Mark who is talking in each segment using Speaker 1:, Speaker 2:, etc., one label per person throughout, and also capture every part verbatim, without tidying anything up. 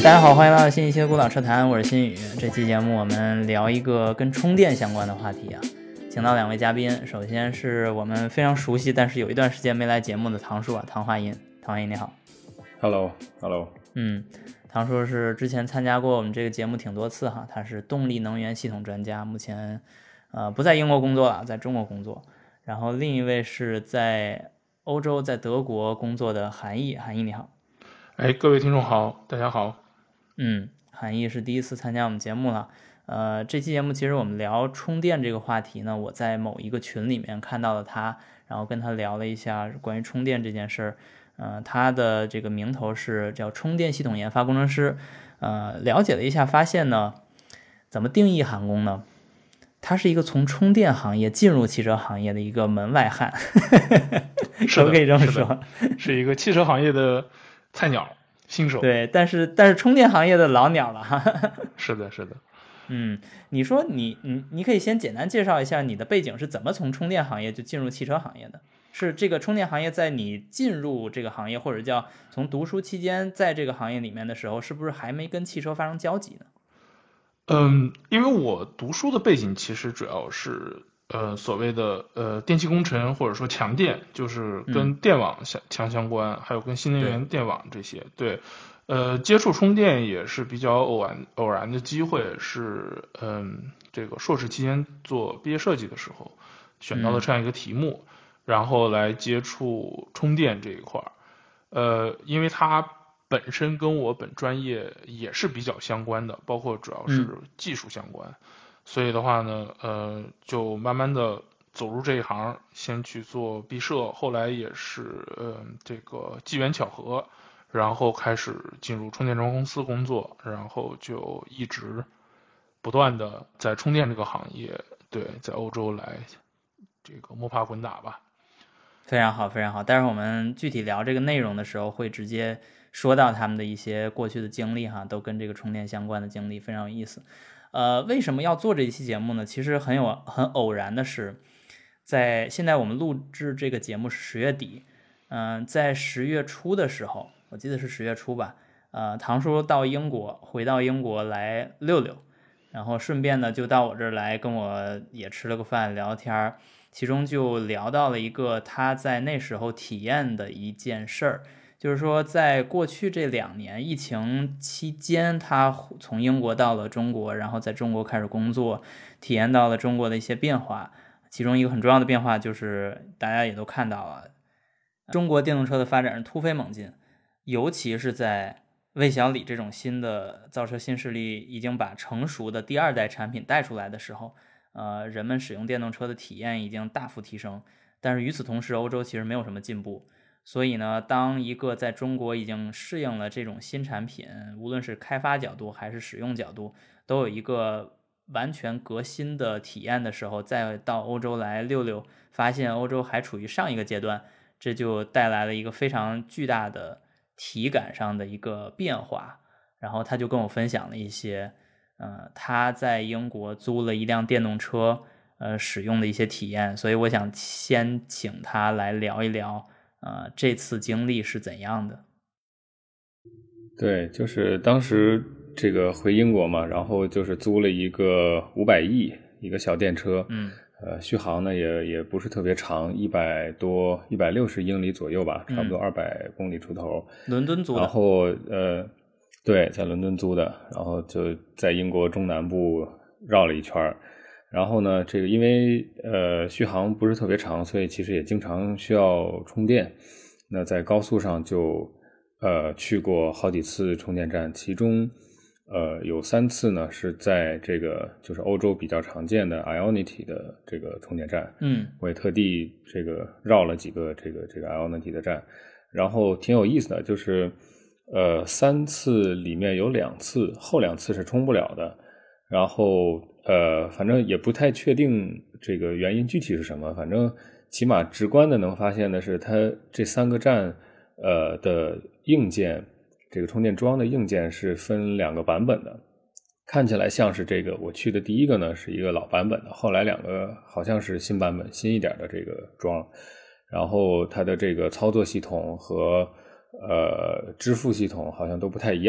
Speaker 1: 大家好，欢迎来到新一期的孤岛车谈，我是新宇。这期节目我们聊一个跟充电相关的话题啊，请到两位嘉宾，首先是我们非常熟悉但是有一段时间没来节目的唐叔啊，唐华音。唐华音你好。
Speaker 2: Hello Hello
Speaker 1: 嗯，唐叔是之前参加过我们这个节目挺多次哈，他是动力能源系统专家，目前呃不在英国工作了，在中国工作。然后另一位是在欧洲在德国工作的韩毅，韩毅你好。
Speaker 3: 哎，各位听众好，大家好。
Speaker 1: 嗯，韩毅是第一次参加我们节目了。呃，这期节目其实我们聊充电这个话题呢，我在某一个群里面看到了他，然后跟他聊了一下关于充电这件事儿。呃，他的这个名头是叫充电系统研发工程师。呃，了解了一下，发现呢，怎么定义韩工呢？他是一个从充电行业进入汽车行业的一个门外汉，可不可以这么说？
Speaker 3: 是, 是一个汽车行业的菜鸟新手。
Speaker 1: 对，但是但是充电行业的老鸟了哈。
Speaker 3: 是的，是的。
Speaker 1: 嗯，你说你你你可以先简单介绍一下你的背景是怎么从充电行业就进入汽车行业的？是这个充电行业在你进入这个行业，或者叫从读书期间在这个行业里面的时候，是不是还没跟汽车发生交集呢？
Speaker 3: 嗯，因为我读书的背景其实主要是呃所谓的呃电气工程或者说强电，就是跟电网相强相关，还有跟新能源电网这些。对，呃，接触充电也是比较偶然偶然的机会，是嗯这个硕士期间做毕业设计的时候选到了这样一个题目，嗯、然后来接触充电这一块。呃，因为它本身跟我本专业也是比较相关的，包括主要是技术相关，嗯、所以的话呢，呃，就慢慢的走入这一行，先去做毕设，后来也是呃这个机缘巧合，然后开始进入充电桩公司工作，然后就一直不断的在充电这个行业，对，在欧洲来这个摸爬滚打吧。
Speaker 1: 非常好，非常好。待会儿我们具体聊这个内容的时候，会直接说到他们的一些过去的经历哈，都跟这个充电相关的经历，非常有意思。呃，为什么要做这一期节目呢？其实很有很偶然的是，在现在我们录制这个节目是十月底，嗯、呃，在十月初的时候，我记得是十月初吧，呃，唐叔到英国，回到英国来溜溜，然后顺便呢就到我这儿来跟我也吃了个饭，聊天。其中就聊到了一个他在那时候体验的一件事儿，就是说在过去这两年疫情期间，他从英国到了中国，然后在中国开始工作，体验到了中国的一些变化。其中一个很重要的变化就是大家也都看到了，中国电动车的发展是突飞猛进，尤其是在魏小李这种新的造车新势力已经把成熟的第二代产品带出来的时候，呃，人们使用电动车的体验已经大幅提升，但是与此同时，欧洲其实没有什么进步。所以呢，当一个在中国已经适应了这种新产品，无论是开发角度还是使用角度，都有一个完全革新的体验的时候，再到欧洲来溜溜，发现欧洲还处于上一个阶段，这就带来了一个非常巨大的体感上的一个变化。然后他就跟我分享了一些呃，他在英国租了一辆电动车，呃，使用的一些体验，所以我想先请他来聊一聊，呃，这次经历是怎样的。
Speaker 2: 对，就是当时这个回英国嘛，然后就是租了一个五百 E 一个小电车，
Speaker 1: 嗯，
Speaker 2: 呃，续航呢也也不是特别长，一百多一百六十英里左右吧，差不多二百公里出头。
Speaker 1: 伦敦租的。
Speaker 2: 然后呃。对，在伦敦租的，然后就在英国中南部绕了一圈。然后呢，这个因为呃续航不是特别长，所以其实也经常需要充电。那在高速上就呃去过好几次充电站，其中呃有三次呢是在这个就是欧洲比较常见的 Ionity 的这个充电站。
Speaker 1: 嗯，
Speaker 2: 我也特地这个绕了几个这个这个 Ionity 的站，然后挺有意思的，就是。呃，三次里面有两次，后两次是充不了的，然后呃，反正也不太确定这个原因具体是什么，反正起码直观的能发现的是，它这三个站呃的硬件，这个充电桩的硬件是分两个版本的，看起来像是这个我去的第一个呢是一个老版本的，后来两个好像是新版本，新一点的这个桩，然后它的这个操作系统和呃，支付系统好像都不太一样，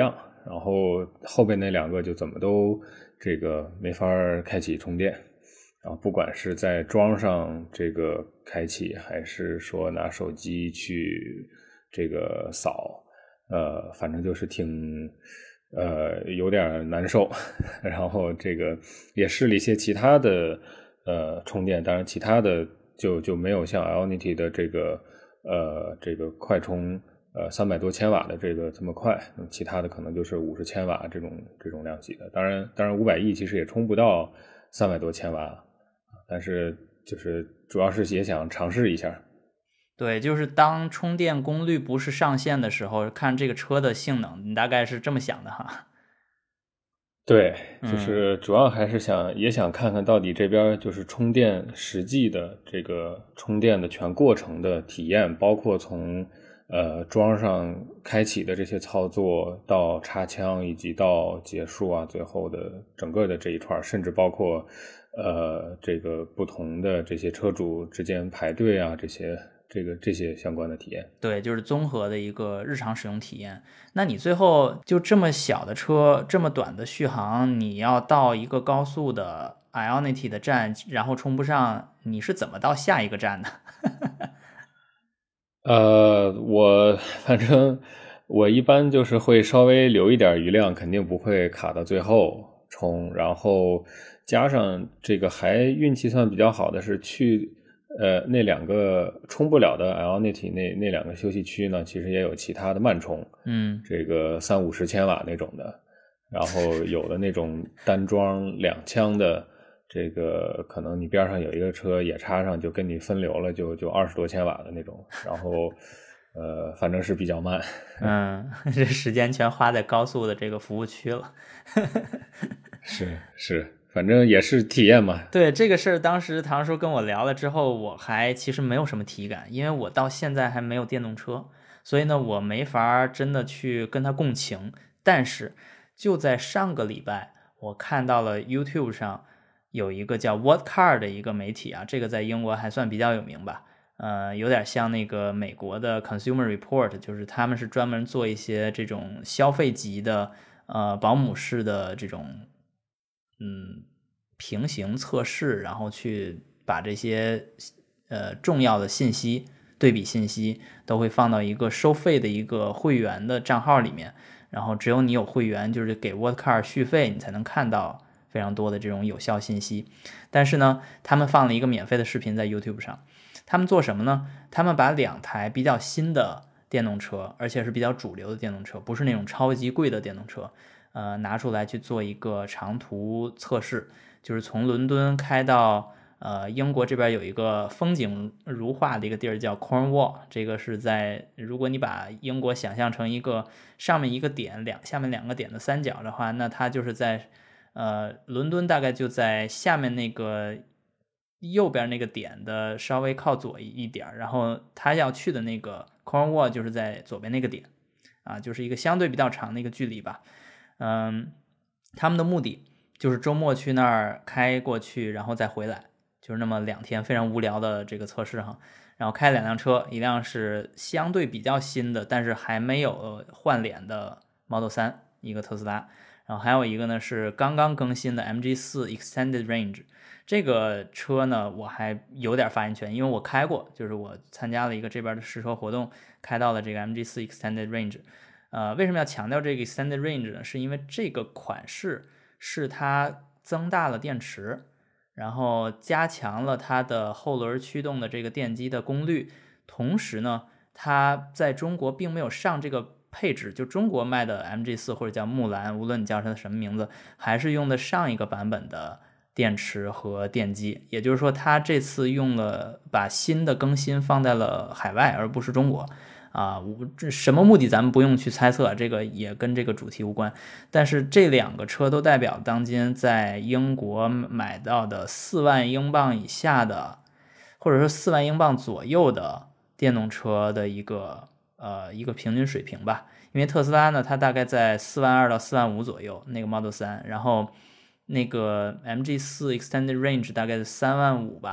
Speaker 2: 然后后边那两个就怎么都这个没法开启充电，然后不管是在桩上这个开启，还是说拿手机去这个扫，呃，反正就是挺呃有点难受。然后这个也试了一些其他的呃充电，当然其他的就就没有像 Ionity 的这个呃这个快充呃三百多千瓦的这个这么快，那么其他的可能就是五十千瓦这种这种量级的。当然当然五百 E 其实也充不到三百多千瓦，但是就是主要是也想尝试一下。
Speaker 1: 对，就是当充电功率不是上限的时候，看这个车的性能，你大概是这么想的哈。
Speaker 2: 对，就是主要还是想、嗯、也想看看到底这边就是充电实际的这个充电的全过程的体验，包括从呃桩上开启的这些操作到插枪以及到结束啊，最后的整个的这一串，甚至包括呃这个不同的这些车主之间排队啊，这些这个这些相关的体验。
Speaker 1: 对，就是综合的一个日常使用体验。那你最后就这么小的车，这么短的续航，你要到一个高速的 Ionity 的站，然后充不上，你是怎么到下一个站的？
Speaker 2: 呃，我反正我一般就是会稍微留一点余量，肯定不会卡到最后充，然后加上这个还运气算比较好的是去呃那两个充不了的 Ionity 那那两个休息区呢，其实也有其他的慢充，
Speaker 1: 嗯，
Speaker 2: 这个三五十千瓦那种的，然后有的那种单装两枪的。这个可能你边上有一个车也插上，就跟你分流了，就就二十多千瓦的那种，然后呃，反正是比较慢。
Speaker 1: 嗯，这时间全花在高速的这个服务区了。
Speaker 2: 是是，反正也是体验嘛。
Speaker 1: 对这个事儿，当时唐叔跟我聊了之后，我还其实没有什么体感，因为我到现在还没有电动车，所以呢，我没法真的去跟他共情。但是就在上个礼拜，我看到了 YouTube 上。有一个叫 What Car 的一个媒体啊，这个在英国还算比较有名吧，呃，有点像那个美国的 Consumer Report， 就是他们是专门做一些这种消费级的呃保姆式的这种嗯平行测试，然后去把这些呃重要的信息对比信息都会放到一个收费的一个会员的账号里面，然后只有你有会员，就是给 What Car 续费，你才能看到非常多的这种有效信息。但是呢，他们放了一个免费的视频在 YouTube 上，他们做什么呢？他们把两台比较新的电动车，而且是比较主流的电动车，不是那种超级贵的电动车，呃，拿出来去做一个长途测试，就是从伦敦开到呃英国这边有一个风景如画的一个地儿叫 Cornwall， 这个是在如果你把英国想象成一个上面一个点两下面两个点的三角的话，那它就是在呃，伦敦大概就在下面那个右边那个点的稍微靠左一点，然后他要去的那个 Cornwall 就是在左边那个点，啊，就是一个相对比较长的一个距离吧。嗯，他们的目的就是周末去那儿开过去，然后再回来，就是那么两天非常无聊的这个测试哈。然后开两辆车，一辆是相对比较新的，但是还没有换脸的 Model 三，一个特斯拉。然后还有一个呢是刚刚更新的 M G 四 Extended Range， 这个车呢我还有点发言权，因为我开过，就是我参加了一个这边的试车活动，开到了这个 M G 四 Extended Range。呃，为什么要强调这个 Extended Range 呢？是因为这个款式是它增大了电池，然后加强了它的后轮驱动的这个电机的功率，同时呢，它在中国并没有上这个配置，就中国卖的 M G 四 或者叫木兰，无论你叫它什么名字，还是用的上一个版本的电池和电机，也就是说它这次用了把新的更新放在了海外而不是中国啊，这什么目的咱们不用去猜测，这个也跟这个主题无关，但是这两个车都代表当今在英国买到的四万英镑以下的，或者说四万英镑左右的电动车的一个呃，一个平均水平吧，因为特斯拉呢，它大概在四万二到四万五左右，那个 Model 三，然后那个 M G 四 Extended Range 大概是三万五吧，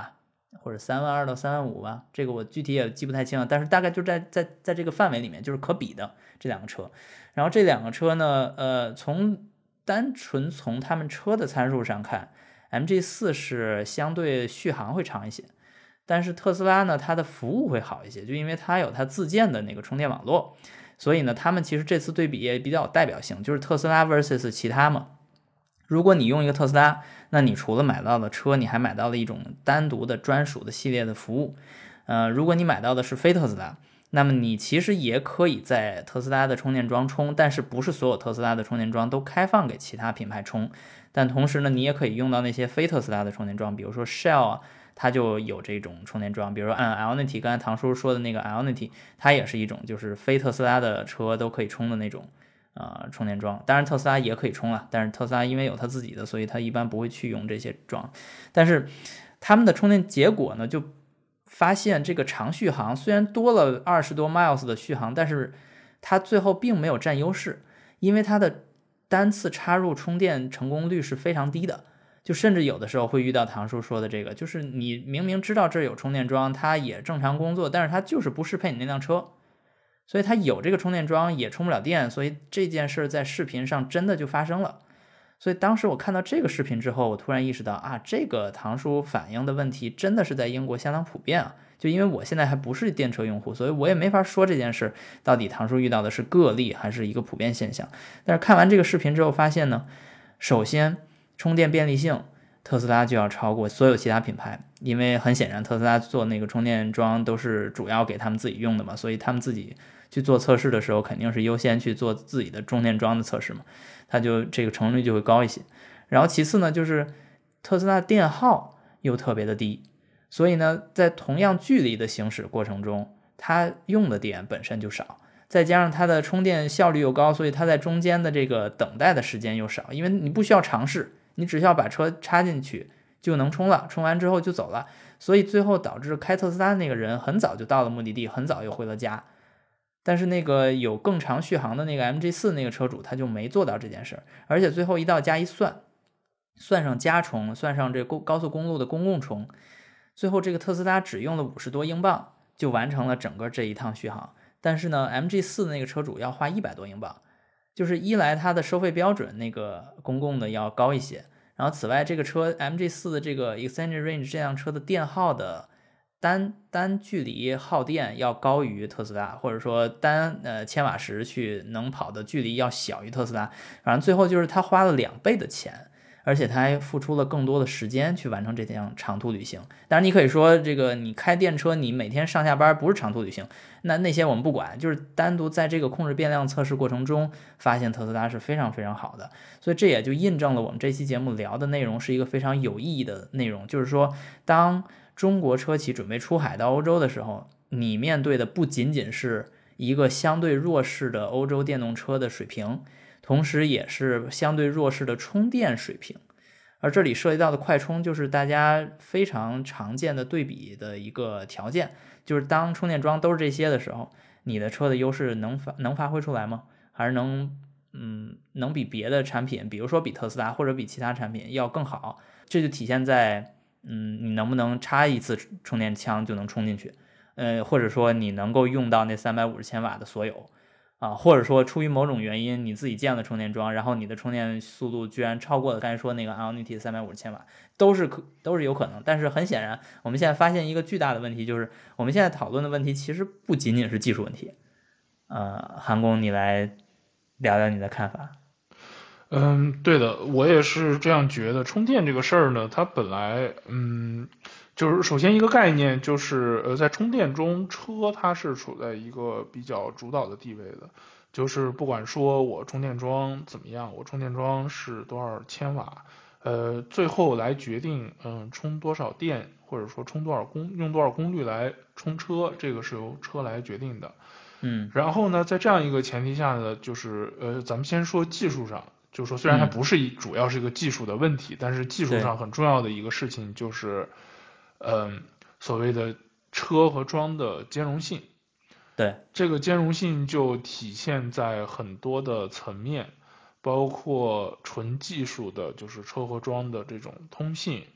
Speaker 1: 或者三万二到三万五吧，这个我具体也记不太清了，但是大概就在在在这个范围里面，就是可比的这两个车。然后这两个车呢，呃，从单纯从他们车的参数上看 ，M G 四是相对续航会长一些，但是特斯拉呢，它的服务会好一些，就因为它有它自建的那个充电网络，所以呢，他们其实这次对比也比较有代表性，就是特斯拉 versus 其他嘛。如果你用一个特斯拉，那你除了买到的车，你还买到了一种单独的专属的系列的服务。呃，如果你买到的是非特斯拉，那么你其实也可以在特斯拉的充电桩充，但是不是所有特斯拉的充电桩都开放给其他品牌充。但同时呢，你也可以用到那些非特斯拉的充电桩，比如说 Shell 啊，它就有这种充电桩。比如说按 Ionity， 刚才唐叔说的那个 Ionity， 它也是一种就是非特斯拉的车都可以充的那种。呃，充电桩，当然特斯拉也可以充了，但是特斯拉因为有它自己的，所以它一般不会去用这些桩。但是他们的充电结果呢，就发现这个长续航虽然多了二十多 miles 的续航，但是它最后并没有占优势，因为它的单次插入充电成功率是非常低的，就甚至有的时候会遇到唐叔说的这个，就是你明明知道这儿有充电桩，它也正常工作，但是它就是不适配你那辆车。所以它有这个充电桩也充不了电，所以这件事在视频上真的就发生了。所以当时我看到这个视频之后，我突然意识到啊，这个唐叔反映的问题真的是在英国相当普遍啊。就因为我现在还不是电车用户，所以我也没法说这件事到底唐叔遇到的是个例还是一个普遍现象。但是看完这个视频之后发现呢，首先充电便利性，特斯拉就要超过所有其他品牌，因为很显然特斯拉做那个充电桩都是主要给他们自己用的嘛，所以他们自己去做测试的时候肯定是优先去做自己的充电桩的测试嘛，它就这个成功率就会高一些。然后其次呢，就是特斯拉电耗又特别的低，所以呢在同样距离的行驶过程中，它用的电本身就少，再加上它的充电效率又高，所以它在中间的这个等待的时间又少，因为你不需要尝试，你只需要把车插进去就能充了，充完之后就走了，所以最后导致开特斯拉那个人很早就到了目的地，很早又回了家。但是那个有更长续航的那个 M G 四 那个车主他就没做到这件事儿，而且最后一到家一算，算上加充，算上这高速公路的公共充，最后这个特斯拉只用了五十多英镑就完成了整个这一趟续航。但是呢 M G 四 的那个车主要花一百多英镑，就是一来它的收费标准那个公共的要高一些，然后此外这个车 M G 四 的这个 Extended Range 这辆车的电耗的单单距离耗电要高于特斯拉，或者说单呃千瓦时去能跑的距离要小于特斯拉，反正最后就是他花了两倍的钱，而且他还付出了更多的时间去完成这趟长途旅行。当然你可以说这个你开电车你每天上下班不是长途旅行，那那些我们不管，就是单独在这个控制变量测试过程中发现特斯拉是非常非常好的。所以这也就印证了我们这期节目聊的内容是一个非常有意义的内容，就是说当中国车企准备出海到欧洲的时候，你面对的不仅仅是一个相对弱势的欧洲电动车的水平，同时也是相对弱势的充电水平。而这里涉及到的快充就是大家非常常见的对比的一个条件，就是当充电桩都是这些的时候，你的车的优势能发能发挥出来吗？还是能嗯能比别的产品，比如说比特斯拉或者比其他产品要更好？这就体现在嗯，你能不能插一次充电枪就能充进去？呃，或者说你能够用到那三百五十千瓦的所有啊，或者说出于某种原因你自己建了充电桩，然后你的充电速度居然超过了刚才说那个 Ionity 的三百五十千瓦，都是可都是有可能。但是很显然，我们现在发现一个巨大的问题，就是我们现在讨论的问题其实不仅仅是技术问题。呃，韩工，你来聊聊你的看法。
Speaker 3: 嗯，对的，我也是这样觉得。充电这个事儿呢，它本来，嗯，就是首先一个概念就是，呃，在充电中，车它是处在一个比较主导的地位的，就是不管说我充电桩怎么样，我充电桩是多少千瓦，呃，最后来决定，嗯，充多少电，或者说充多少功，用多少功率来充车，这个是由车来决定的。
Speaker 1: 嗯，
Speaker 3: 然后呢，在这样一个前提下呢，就是呃，咱们先说技术上。就是说，虽然它不是一、嗯、主要是一个技术的问题，但是技术上很重要的一个事情就是，嗯、呃，所谓的车和桩的兼容性。
Speaker 1: 对，
Speaker 3: 这个兼容性就体现在很多的层面，包括纯技术的，就是车和桩的这种通信，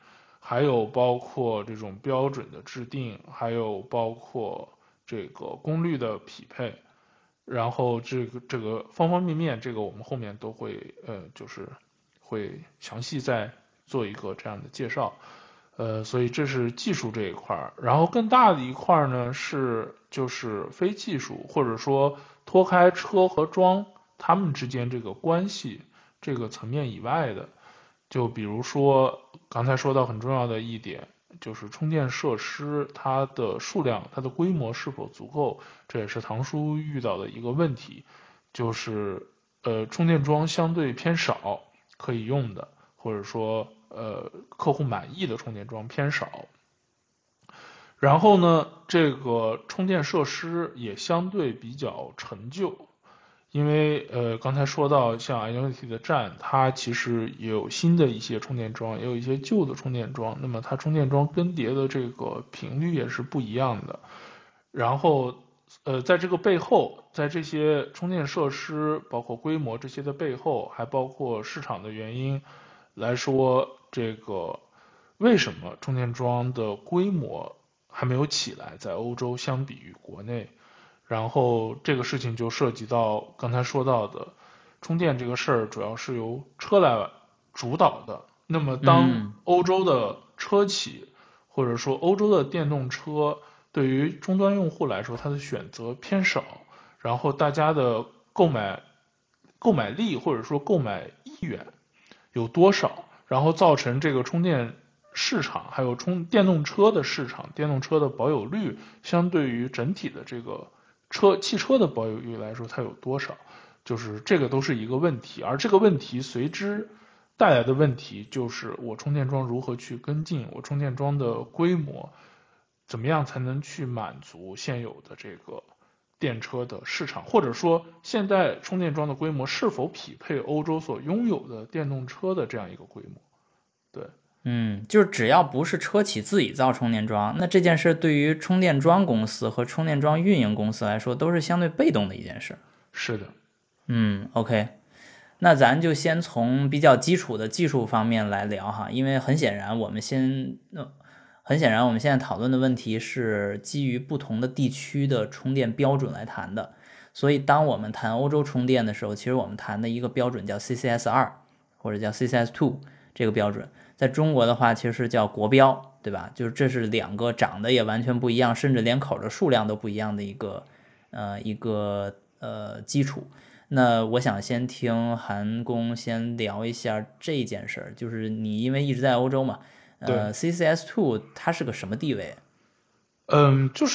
Speaker 3: 还有包括这种标准的制定，还有包括这个功率的匹配，然后这个这个方方面面，这个我们后面都会呃就是会详细再做一个这样的介绍。呃，所以这是技术这一块儿，然后更大的一块儿呢是就是非技术，或者说脱开车和桩它们之间这个关系这个层面以外的，就比如说刚才说到很重要的一点，就是充电设施它的数量、它的规模是否足够，这也是唐叔遇到的一个问题，就是呃充电桩相对偏少可以用的，或者说呃客户满意的充电桩偏少。然后呢，这个充电设施也相对比较陈旧，因为呃刚才说到像 Ionity 的站，它其实也有新的一些充电桩，也有一些旧的充电桩，那么它充电桩更迭的这个频率也是不一样的。然后呃在这个背后，在这些充电设施包括规模这些的背后，还包括市场的原因来说，这个为什么充电桩的规模还没有起来，在欧洲相比于国内？然后这个事情就涉及到刚才说到的充电这个事儿，主要是由车来主导的。那么当
Speaker 1: 嗯
Speaker 3: 欧洲的车企或者说欧洲的电动车对于终端用户来说，它的选择偏少，然后大家的购买购买力或者说购买意愿有多少，然后造成这个充电市场还有充电动车的市场，电动车的保有率相对于整体的这个车汽车的保有率来说，它有多少？就是这个都是一个问题，而这个问题随之带来的问题就是我充电桩如何去跟进，我充电桩的规模怎么样才能去满足现有的这个电车的市场，或者说现在充电桩的规模是否匹配欧洲所拥有的电动车的这样一个规模？对，
Speaker 1: 嗯，就是只要不是车企自己造充电桩，那这件事对于充电桩公司和充电桩运营公司来说都是相对被动的一件事。
Speaker 3: 是的，
Speaker 1: 嗯，OK，那咱就先从比较基础的技术方面来聊哈，因为很显然我们先，呃很显然我们现在讨论的问题是基于不同的地区的充电标准来谈的，所以当我们谈欧洲充电的时候，其实我们谈的一个标准叫 C C S 二或者叫 C C S 二这个标准，在中国的话其实是叫国标，对吧？就是这是两个长得也完全不一样，甚至连口的数量都不一样的一个呃一个呃基础。那我想先听韩工先聊一下这件事儿，就是你因为一直在欧洲嘛，呃
Speaker 3: 对，
Speaker 1: ，C C S 二它是个什么地位？
Speaker 3: 嗯，就是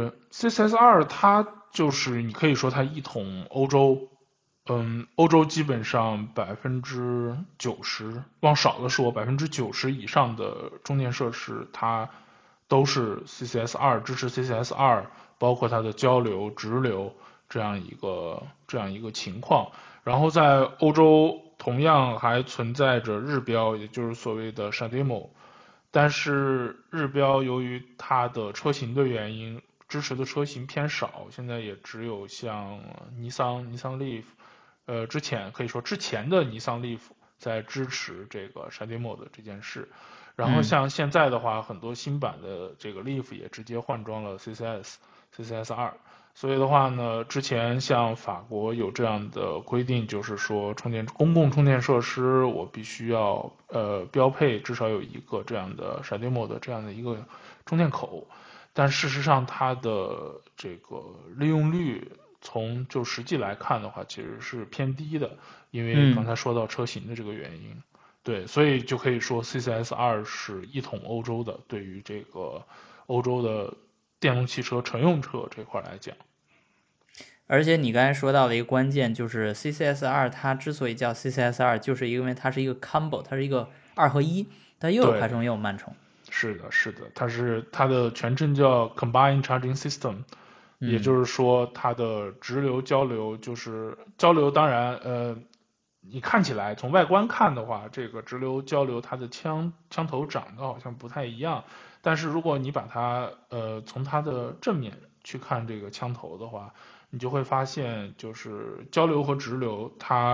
Speaker 3: C C S 二，它就是你可以说它一统欧洲，嗯，欧洲基本上百分之九十，往少了说，百分之九十以上的充电设施，它都是 C C S 二支持 C C S 二，包括它的交流、直流这样一个这样一个情况。然后在欧洲同样还存在着日标，也就是所谓的 CHAdeMO，但是日标由于它的车型的原因，支持的车型偏少，现在也只有像尼桑、尼桑 Leaf，呃，之前可以说之前的尼桑 Leaf 在支持这个 CHAdeMO 的这件事。然后
Speaker 1: 嗯
Speaker 3: 像现在的话，很多新版的这个 Leaf 也直接换装了 C C S、C C S 二。所以的话呢，之前像法国有这样的规定，就是说充电公共充电设施我必须要呃标配至少有一个这样的 CHAdeMO 的这样的一个充电口，但事实上它的这个利用率从就实际来看的话，其实是偏低的，因为刚
Speaker 1: 嗯。
Speaker 3: 才说到车型的这个原因。对，所以就可以说 C C S 二是一统欧洲的，对于这个欧洲的电动汽车乘用车这块来讲。
Speaker 1: 而且你刚才说到的一个关键就是 C C S 二，它之所以叫 C C S 二，就是因为它是一个 combo， 它是一个二合一，它又有快充又有慢充。
Speaker 3: 是的，是的，它是它的全称叫 Combined Charging System，也
Speaker 1: 嗯
Speaker 3: 就是说它的直流交流就是交流，当然呃，你看起来从外观看的话，这个直流交流它的枪枪头长得好像不太一样，但是如果你把它呃从它的正面去看这个枪头的话，你就会发现就是交流和直流它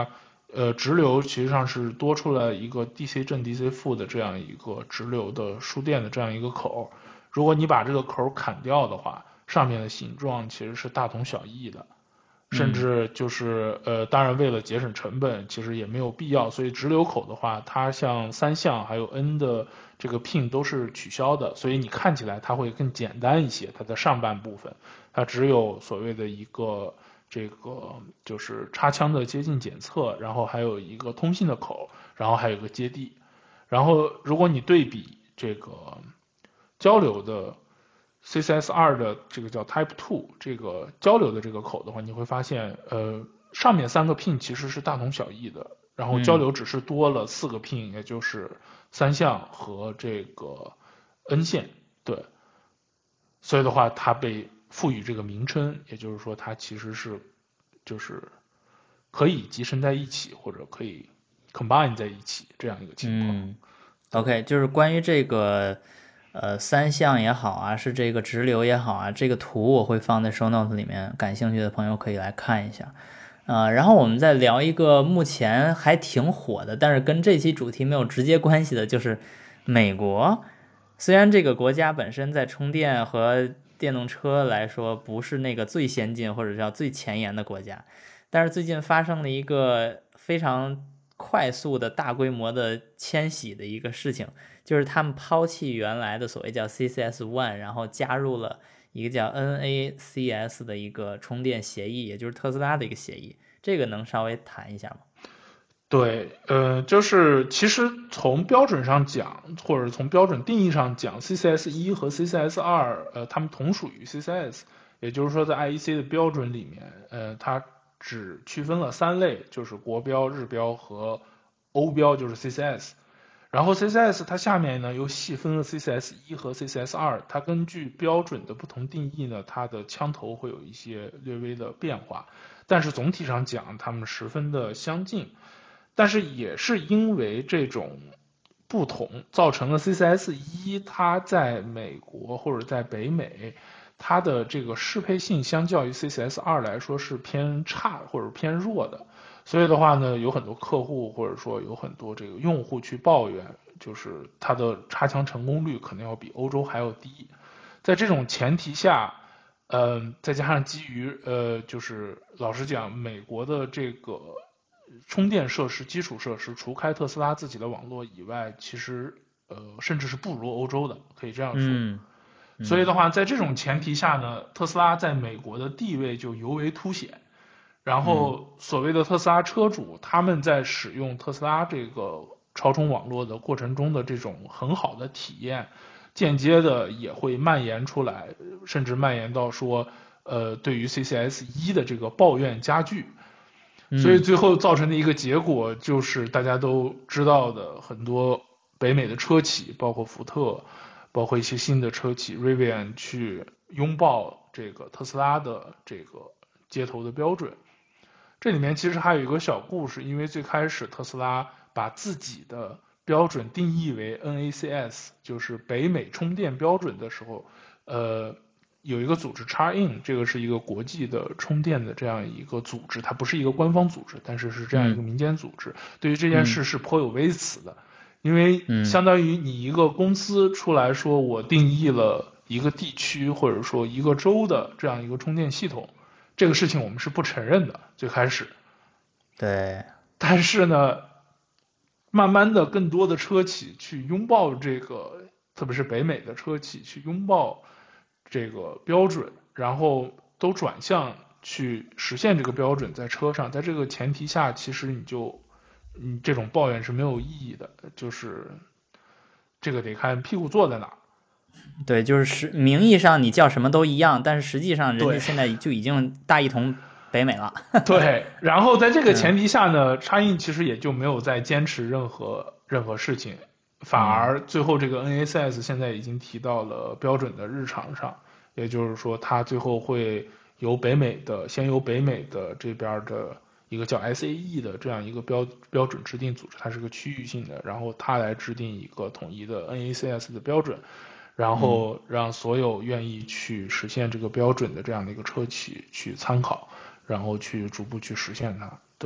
Speaker 3: 呃直流其实上是多出来一个 D C 正 D C 负的这样一个直流的输电的这样一个口，如果你把这个口砍掉的话，上面的形状其实是大同小异的。甚至就是呃，当然为了节省成本，其实也没有必要。所以直流口的话，它像三相还有 N 的这个 pin 都是取消的，所以你看起来它会更简单一些。它的上半部分，它只有所谓的一个这个就是插枪的接近检测，然后还有一个通信的口，然后还有一个接地。然后如果你对比这个交流的C C S 二 的这个叫 Type 二这个交流的这个口的话，你会发现，呃，上面三个 pin 其实是大同小异的，然后交流只是多了四个 pin，、嗯、也就是三相和这个 N 线，对，所以的话，它被赋予这个名称，也就是说，它其实是就是可以集成在一起，或者可以 combine 在一起这样一个情况。
Speaker 1: 嗯 OK， 就是关于这个。呃，三相也好啊，是这个直流也好啊，这个图我会放在 show notes 里面，感兴趣的朋友可以来看一下。呃，然后我们再聊一个目前还挺火的，但是跟这期主题没有直接关系的，就是美国。虽然这个国家本身在充电和电动车来说不是那个最先进或者叫最前沿的国家，但是最近发生了一个非常快速的大规模的迁徙的一个事情。就是他们抛弃原来的所谓叫 C C S 一，然后加入了一个叫 N A C S 的一个充电协议，也就是特斯拉的一个协议。这个能稍微谈一下吗？
Speaker 3: 对，呃，就是其实从标准上讲，或者从标准定义上讲 ，C C S 一和 C C S 二，呃，它们同属于 C C S， 也就是说在 I E C 的标准里面，呃，它只区分了三类，就是国标、日标和欧标，就是 C C S。然后 C C S 它下面呢又细分了 C C S 一和 C C S 二，它根据标准的不同定义呢，它的枪头会有一些略微的变化，但是总体上讲它们十分的相近。但是也是因为这种不同，造成了 C C S 一它在美国或者在北美，它的这个适配性相较于 C C S 二来说是偏差或者偏弱的。所以的话呢，有很多客户或者说有很多这个用户去抱怨，就是它的插枪成功率可能要比欧洲还要低。在这种前提下，呃，再加上基于呃，就是老实讲，美国的这个充电设施、基础设施，除开特斯拉自己的网络以外，其实呃，甚至是不如欧洲的，可以这样说。
Speaker 1: 嗯嗯、
Speaker 3: 所以的话，在这种前提下呢，特斯拉在美国的地位就尤为凸显。然后，所谓的特斯拉车主，他们在使用特斯拉这个超充网络的过程中的这种很好的体验，间接的也会蔓延出来，甚至蔓延到说，呃，对于 C C S 一的这个抱怨加剧。所以最后造成的一个结果就是大家都知道的，很多北美的车企，包括福特，包括一些新的车企 Rivian 去拥抱这个特斯拉的这个接头的标准。这里面其实还有一个小故事，因为最开始特斯拉把自己的标准定义为 N A C S， 就是北美充电标准的时候，呃，有一个组织 Charge-in， 这个是一个国际的充电的这样一个组织，它不是一个官方组织，但是是这样一个民间组织。嗯、对于这件事是颇有微词的，因为相当于你一个公司出来说，我定义了一个地区或者说一个州的这样一个充电系统。这个事情我们是不承认的，最开始。
Speaker 1: 对。
Speaker 3: 但是呢，慢慢的更多的车企去拥抱这个，特别是北美的车企去拥抱这个标准，然后都转向去实现这个标准在车上。在这个前提下，其实你就，你这种抱怨是没有意义的，就是这个得看屁股坐在哪。
Speaker 1: 对，就是实名义上你叫什么都一样，但是实际上人家现在就已经大一统北美了。
Speaker 3: 对，然后在这个前提下呢，插印其实也就没有再坚持任何任何事情，反而最后这个 N A C S 现在已经提到了标准的日常上，也就是说它最后会由北美的先由北美的这边的一个叫 S A E 的这样一个标标准制定组织，它是个区域性的，然后它来制定一个统一的 N A C S 的标准。然后让所有愿意去实现这个标准的这样的一个车企去参考，然后去逐步去实现它。对，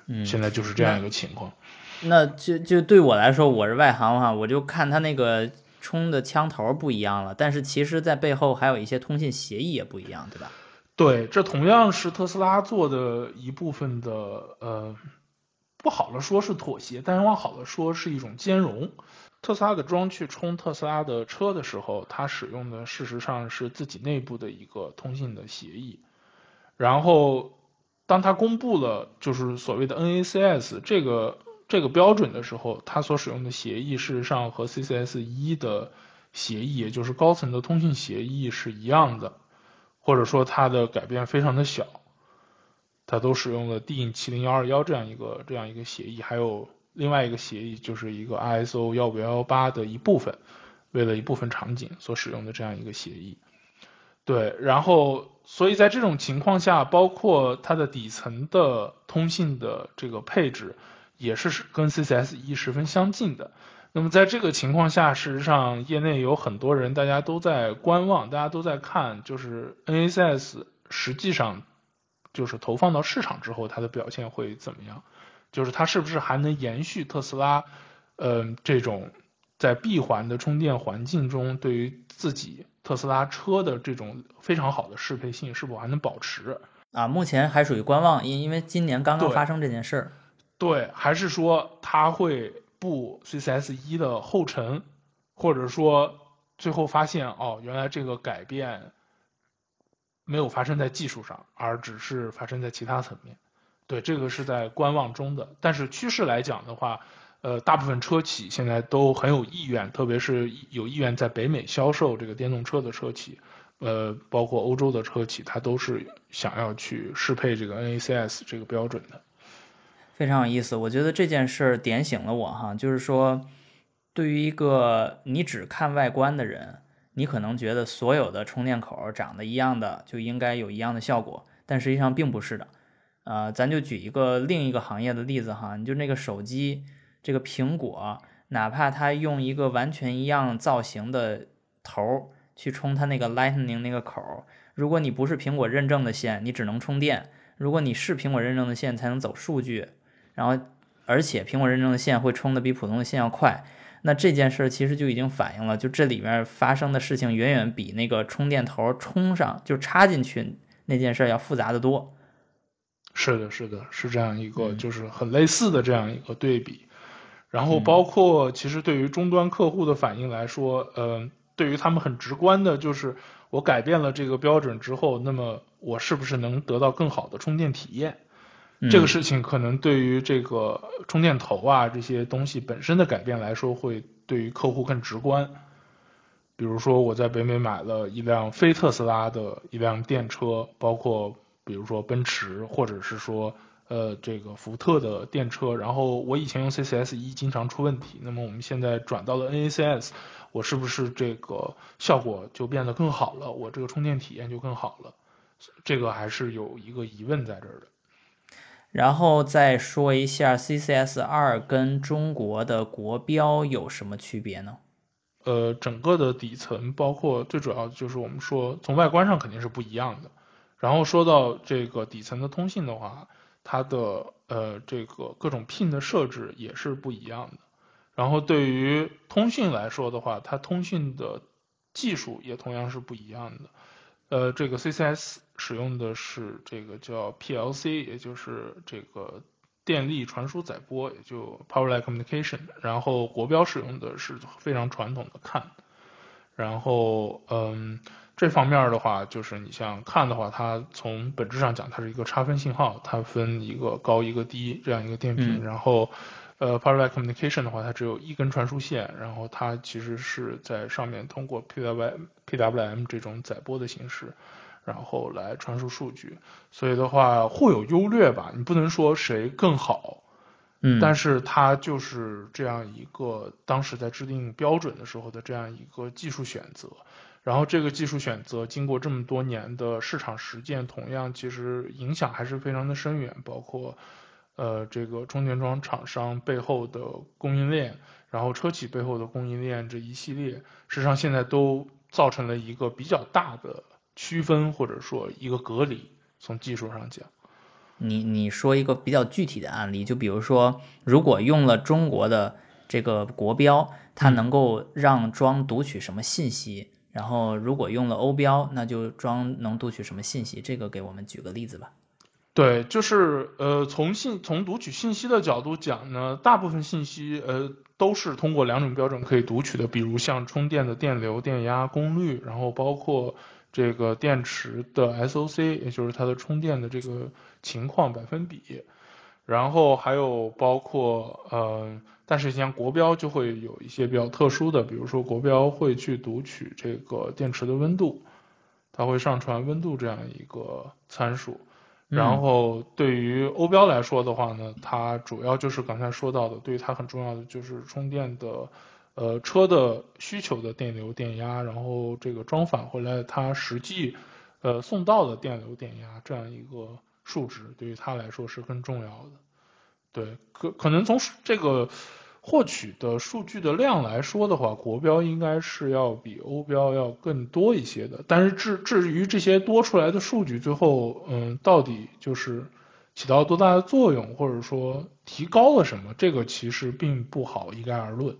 Speaker 1: 嗯，
Speaker 3: 现在就是这样一个情况。
Speaker 1: 那就就对我来说，我是外行哈，我就看它那个充的枪头不一样了，但是其实在背后还有一些通信协议也不一样，对吧？
Speaker 3: 对，这同样是特斯拉做的一部分的，呃，不好的说是妥协，但是往好的说是一种兼容。特斯拉的装去充特斯拉的车的时候，它使用的事实上是自己内部的一个通信的协议。然后，当它公布了就是所谓的 N A C S 这个这个标准的时候，它所使用的协议事实上和 C C S 一的协议，也就是高层的通信协议是一样的，或者说它的改变非常的小。它都使用了 D I N 七零一二一这样一个这样一个协议，还有另外一个协议就是一个 I S O 一五一八的一部分，为了一部分场景所使用的这样一个协议。对，然后所以在这种情况下，包括它的底层的通信的这个配置，也是跟 C C S 一十分相近的。那么在这个情况下，事实上业内有很多人，大家都在观望，大家都在看，就是 N A C S 实际上就是投放到市场之后，它的表现会怎么样？就是它是不是还能延续特斯拉，嗯、呃，这种在闭环的充电环境中，对于自己特斯拉车的这种非常好的适配性，是否还能保持？
Speaker 1: 啊，目前还属于观望，因因为今年刚刚
Speaker 3: 对
Speaker 1: 发生这件事儿。
Speaker 3: 对，还是说它会步 C C S 一的后尘，或者说最后发现哦，原来这个改变没有发生在技术上，而只是发生在其他层面。对，这个是在观望中的。但是趋势来讲的话，呃，大部分车企现在都很有意愿，特别是有意愿在北美销售这个电动车的车企，呃，包括欧洲的车企，它都是想要去适配这个 N A C S 这个标准的。
Speaker 1: 非常有意思，我觉得这件事儿点醒了我哈，就是说，对于一个你只看外观的人，你可能觉得所有的充电口长得一样的就应该有一样的效果，但实际上并不是的。呃，咱就举一个另一个行业的例子哈，你就那个手机，这个苹果，哪怕它用一个完全一样造型的头去充它那个 Lightning 那个口，如果你不是苹果认证的线，你只能充电；如果你是苹果认证的线，才能走数据。然后，而且苹果认证的线会充的比普通的线要快。那这件事其实就已经反映了，就这里面发生的事情远远比那个充电头充上就插进去那件事要复杂的多。
Speaker 3: 是的，是的，是这样一个，
Speaker 1: 嗯
Speaker 3: 就是很类似的这样一个对比。然后包括其实对于终端客户的反应来说，呃，对于他们很直观的就是我改变了这个标准之后，那么我是不是能得到更好的充电体验？这个事情可能对于这个充电头啊这些东西本身的改变来说，会对于客户更直观。比如说我在北美买了一辆非特斯拉的一辆电车，包括比如说奔驰或者是说呃这个福特的电车，然后我以前用 C C S 一经常出问题，那么我们现在转到了 N A C S， 我是不是这个效果就变得更好了？我这个充电体验就更好了？这个还是有一个疑问在这儿的。
Speaker 1: 然后再说一下 C C S 二跟中国的国标有什么区别呢？
Speaker 3: 呃，整个的底层包括最主要就是我们说从外观上肯定是不一样的。然后说到这个底层的通信的话，它的呃这个各种 pin 的设置也是不一样的。然后对于通讯来说的话，它通讯的技术也同样是不一样的。呃，这个 C C S 使用的是这个叫 P L C， 也就是这个电力传输载波，也就 Power Line Communication。然后国标使用的是非常传统的 C A N。然后，嗯，这方面的话，就是你像 C A N 的话，它从本质上讲，它是一个差分信号，它分一个高一个低这样一个电频。
Speaker 1: 嗯、
Speaker 3: 然后，呃 ，Power Line Communication 的话，它只有一根传输线，然后它其实是在上面通过 P W M P W M 这种载波的形式，然后来传输数据。所以的话，互有优劣吧，你不能说谁更好。
Speaker 1: 嗯，
Speaker 3: 但是它就是这样一个当时在制定标准的时候的这样一个技术选择，然后这个技术选择经过这么多年的市场实践，同样其实影响还是非常的深远，包括呃这个充电桩厂商背后的供应链，然后车企背后的供应链这一系列，实际上现在都造成了一个比较大的区分或者说一个隔离，从技术上讲。
Speaker 1: 你你说一个比较具体的案例，就比如说，如果用了中国的这个国标，它能够让庄读取什么信息？嗯、然后如果用了欧标，那就庄能读取什么信息？这个给我们举个例子吧。
Speaker 3: 对，就是呃，从信从读取信息的角度讲呢，大部分信息呃都是通过两种标准可以读取的，比如像充电的电流、电压、功率，然后包括这个电池的 S O C， 也就是它的充电的这个情况百分比，然后还有包括呃，但是像国标就会有一些比较特殊的，比如说国标会去读取这个电池的温度，它会上传温度这样一个参数。然后对于欧标来说的话呢，它主要就是刚才说到的，对于它很重要的就是充电的，呃，车的需求的电流、电压，然后这个装返回来它实际，呃，送到的电流、电压这样一个数值，对于它来说是更重要的。对，可可能从这个获取的数据的量来说的话，国标应该是要比欧标要更多一些的。但是至至于这些多出来的数据，最后嗯，到底就是起到多大的作用，或者说提高了什么，这个其实并不好一概而论。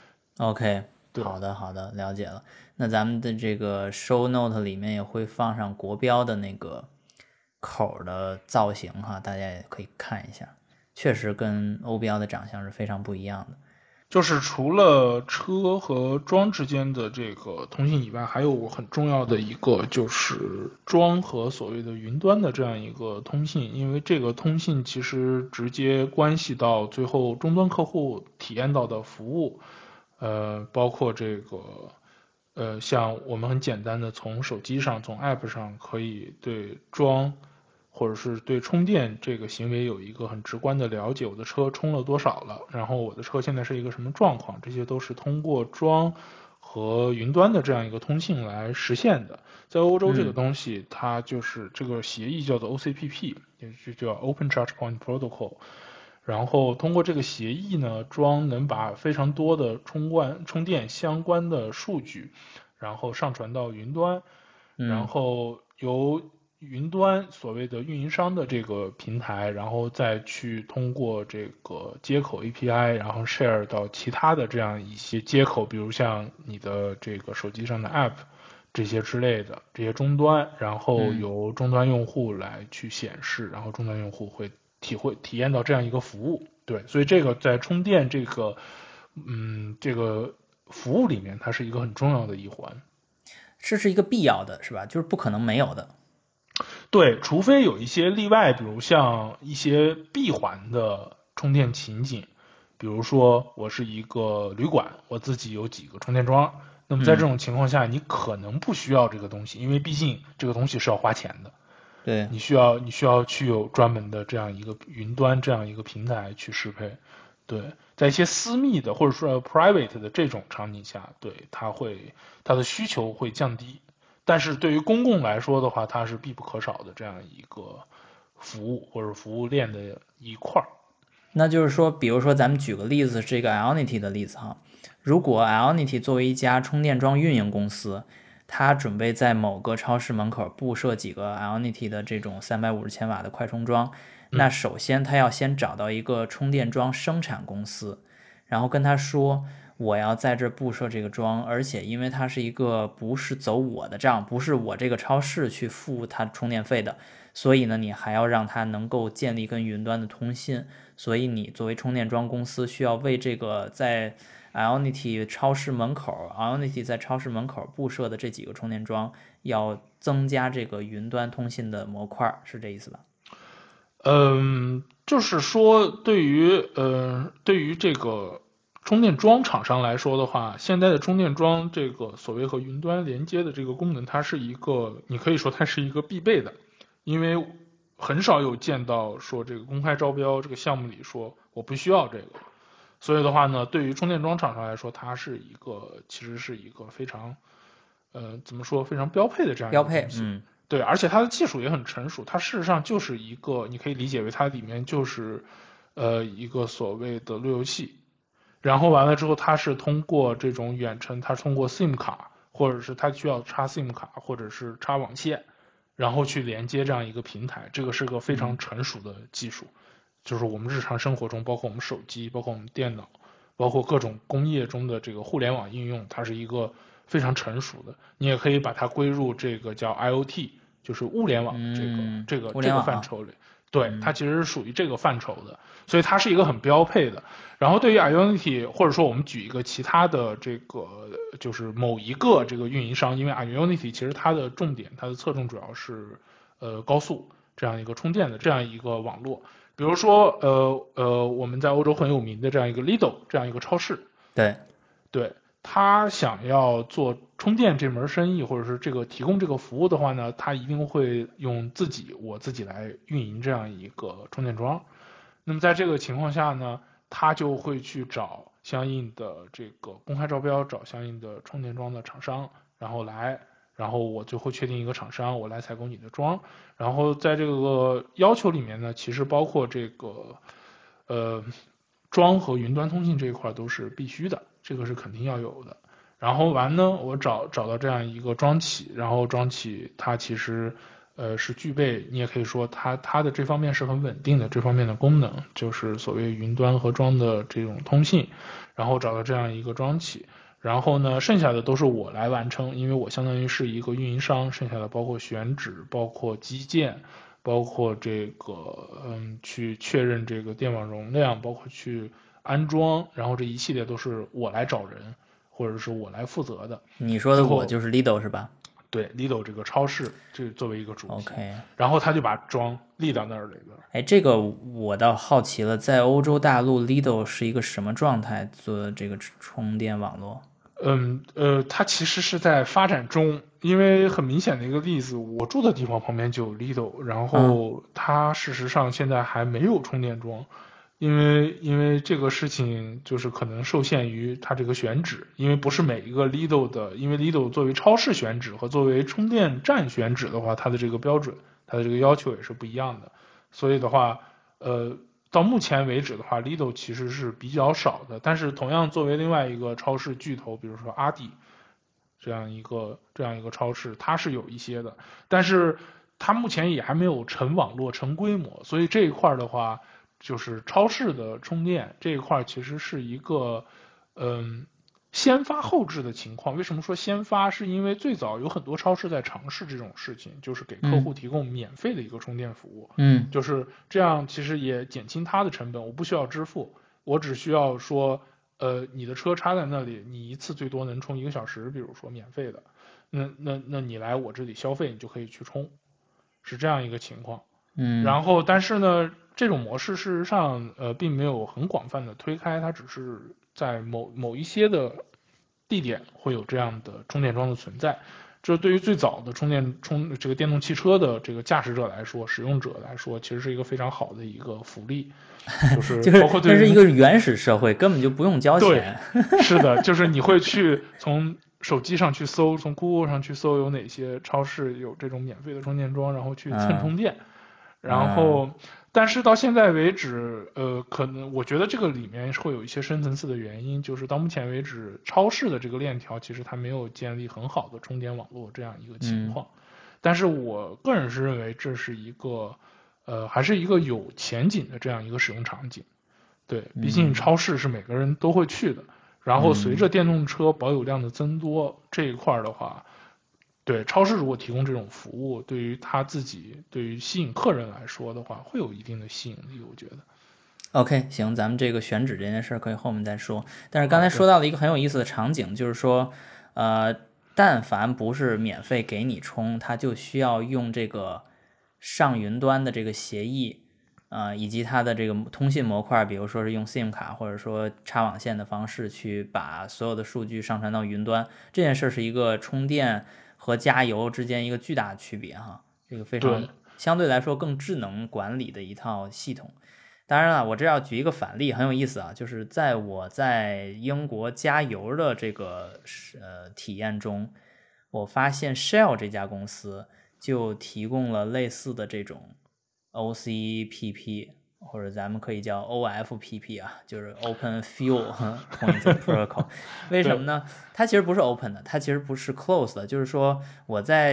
Speaker 1: OK， 好的好的，了解了。那咱们的这个 show note 里面也会放上国标的那个口的造型哈，大家也可以看一下。确实跟欧标的长相是非常不一样的。
Speaker 3: 就是除了车和庄之间的这个通信以外，还有很重要的一个就是庄和所谓的云端的这样一个通信，因为这个通信其实直接关系到最后终端客户体验到的服务，呃，包括这个呃，像我们很简单的从手机上、从 App 上可以对庄或者是对充电这个行为有一个很直观的了解，我的车充了多少了，然后我的车现在是一个什么状况，这些都是通过庄和云端的这样一个通信来实现的。在欧洲这个东西，嗯、它就是这个协议叫做 O C P P， 也就叫 Open Charge Point Protocol。然后通过这个协议呢，庄能把非常多的充关充电相关的数据，然后上传到云端，然后由云端所谓的运营商的这个平台，然后再去通过这个接口 A P I， 然后 share 到其他的这样一些接口，比如像你的这个手机上的 App 这些之类的这些终端，然后由终端用户来去显示，然后终端用户会体会体验到这样一个服务。对，所以这个在充电这个嗯这个服务里面，它是一个很重要的一环。
Speaker 1: 这是一个必要的，是吧？就是不可能没有的。
Speaker 3: 对，除非有一些例外，比如像一些闭环的充电情景，比如说我是一个旅馆，我自己有几个充电桩，那么在这种情况下，嗯、你可能不需要这个东西，因为毕竟这个东西是要花钱的。
Speaker 1: 对，
Speaker 3: 你需要你需要去有专门的这样一个云端这样一个平台去适配。对，在一些私密的或者说 private 的这种场景下，对它会它的需求会降低。但是对于公共来说的话，它是必不可少的这样一个服务或者服务链的一块儿。
Speaker 1: 那就是说，比如说咱们举个例子，这个 Ionity 的例子哈，如果 Ionity 作为一家充电桩运营公司，它准备在某个超市门口布设几个 Ionity 的这种三百五十千瓦的快充桩，那首先它要先找到一个充电桩生产公司，然后跟他说，我要在这布设这个桩，而且因为它是一个不是走我的账，不是我这个超市去付它充电费的，所以呢，你还要让它能够建立跟云端的通信，所以你作为充电桩公司需要为这个在 Ionity 超市门口 Ionity 在超市门口布设的这几个充电桩要增加这个云端通信的模块，是这意思吧？
Speaker 3: 嗯，就是说对于呃对于这个充电桩厂商来说的话，现在的充电桩这个所谓和云端连接的这个功能，它是一个，你可以说它是一个必备的，因为很少有见到说这个公开招标这个项目里说我不需要这个，所以的话呢，对于充电桩厂商来说，它是一个其实是一个非常呃怎么说非常标配的这样一个
Speaker 1: 标配，嗯。
Speaker 3: 对，而且它的技术也很成熟，它事实上就是一个，你可以理解为它里面就是，呃，一个所谓的路由器，然后完了之后，它是通过这种远程，它通过 SIM 卡，或者是它需要插 SIM 卡，或者是插网线， 然后去连接这样一个平台，这个是个非常成熟的技术，就是我们日常生活中，包括我们手机，包括我们电脑，包括各种工业中的这个互联网应用，它是一个非常成熟的。你也可以把它归入这个叫 I O T， 就是物联网这个、
Speaker 1: 嗯、
Speaker 3: 这个这个范畴里。对，
Speaker 1: 嗯、
Speaker 3: 它其实是属于这个范畴的，所以它是一个很标配的。然后对于 Ionity， 或者说我们举一个其他的这个，就是某一个这个运营商，因为 Ionity 其实它的重点，它的侧重主要是呃高速这样一个充电的这样一个网络。比如说呃呃，我们在欧洲很有名的这样一个 Lidl 这样一个超市，
Speaker 1: 对
Speaker 3: 对。他想要做充电这门生意，或者是这个提供这个服务的话呢，他一定会用自己我自己来运营这样一个充电桩。那么在这个情况下呢，他就会去找相应的这个公开招标，找相应的充电桩的厂商，然后来，然后我最后确定一个厂商，我来采购你的桩。然后在这个要求里面呢，其实包括这个呃桩和云端通信这一块都是必须的。这个是肯定要有的。然后完呢，我找找到这样一个桩企，然后桩企它其实呃是具备，你也可以说它它的这方面是很稳定的，这方面的功能就是所谓云端和桩的这种通信。然后找到这样一个桩企，然后呢剩下的都是我来完成，因为我相当于是一个运营商，剩下的包括选址，包括基建，包括这个嗯去确认这个电网容量，包括去安装，然后这一系列都是我来找人，或者是我来负责的。
Speaker 1: 你说的我就是 Lidl 是吧？
Speaker 3: 对 ，Lidl 这个超市，这作为一个主题。
Speaker 1: OK，
Speaker 3: 然后他就把桩立到那儿了。
Speaker 1: 哎，这个我倒好奇了，在欧洲大陆 Lidl 是一个什么状态做这个充电网络？
Speaker 3: 嗯呃，它其实是在发展中，因为很明显的一个例子，我住的地方旁边就有 Lidl， 然后它事实上现在还没有充电桩。因为因为这个事情就是可能受限于它这个选址，因为不是每一个 Lidl 的，因为 Lidl 作为超市选址和作为充电站选址的话，它的这个标准，它的这个要求也是不一样的。所以的话，呃，到目前为止的话 ，Lidl 其实是比较少的。但是同样作为另外一个超市巨头，比如说阿迪这样一个这样一个超市，它是有一些的，但是它目前也还没有成网络、成规模，所以这一块的话。就是超市的充电这一块其实是一个嗯先发后置的情况。为什么说先发？是因为最早有很多超市在尝试这种事情，就是给客户提供免费的一个充电服务。
Speaker 1: 嗯，
Speaker 3: 就是这样，其实也减轻它的成本，我不需要支付，我只需要说呃你的车插在那里，你一次最多能充一个小时，比如说免费的，那那那你来我这里消费，你就可以去充，是这样一个情况。
Speaker 1: 嗯，
Speaker 3: 然后但是呢这种模式事实上呃并没有很广泛的推开，它只是在某某一些的地点会有这样的充电桩的存在。这对于最早的充电充这个电动汽车的这个驾驶者来说，使用者来说，其实是一个非常好的一个福利，就是包括对
Speaker 1: 这是一个原始社会，根本就不用交钱。
Speaker 3: 对，是的，就是你会去从手机上去搜，从 Google 上去搜有哪些超市有这种免费的充电桩，然后去蹭充电。嗯然后，但是到现在为止，呃，可能我觉得这个里面会有一些深层次的原因，就是到目前为止，超市的这个链条其实它没有建立很好的充电网络这样一个情况。嗯、但是我个人是认为这是一个，呃，还是一个有前景的这样一个使用场景。对，毕竟超市是每个人都会去的。嗯、然后随着电动车保有量的增多，这一块的话。对，超市如果提供这种服务，对于他自己，对于吸引客人来说的话，会有一定的吸引力，我觉得。
Speaker 1: OK， 行，咱们这个选址这件事可以后面再说。但是刚才说到了一个很有意思的场景，就是说，呃，但凡不是免费给你充，它就需要用这个上云端的这个协议，呃，以及它的这个通信模块，比如说是用 SIM 卡或者说插网线的方式去把所有的数据上传到云端。这件事是一个充电和加油之间一个巨大的区别哈，这个非常相对来说更智能管理的一套系统。当然了，我这要举一个反例，很有意思啊，就是在我在英国加油的这个呃体验中，我发现 Shell 这家公司就提供了类似的这种 O C P P， 或者咱们可以叫 O F P P 啊，就是 Open Fuel Point Protocol。 为什么呢？它其实不是 open 的，它其实不是 closed 的，就是说我在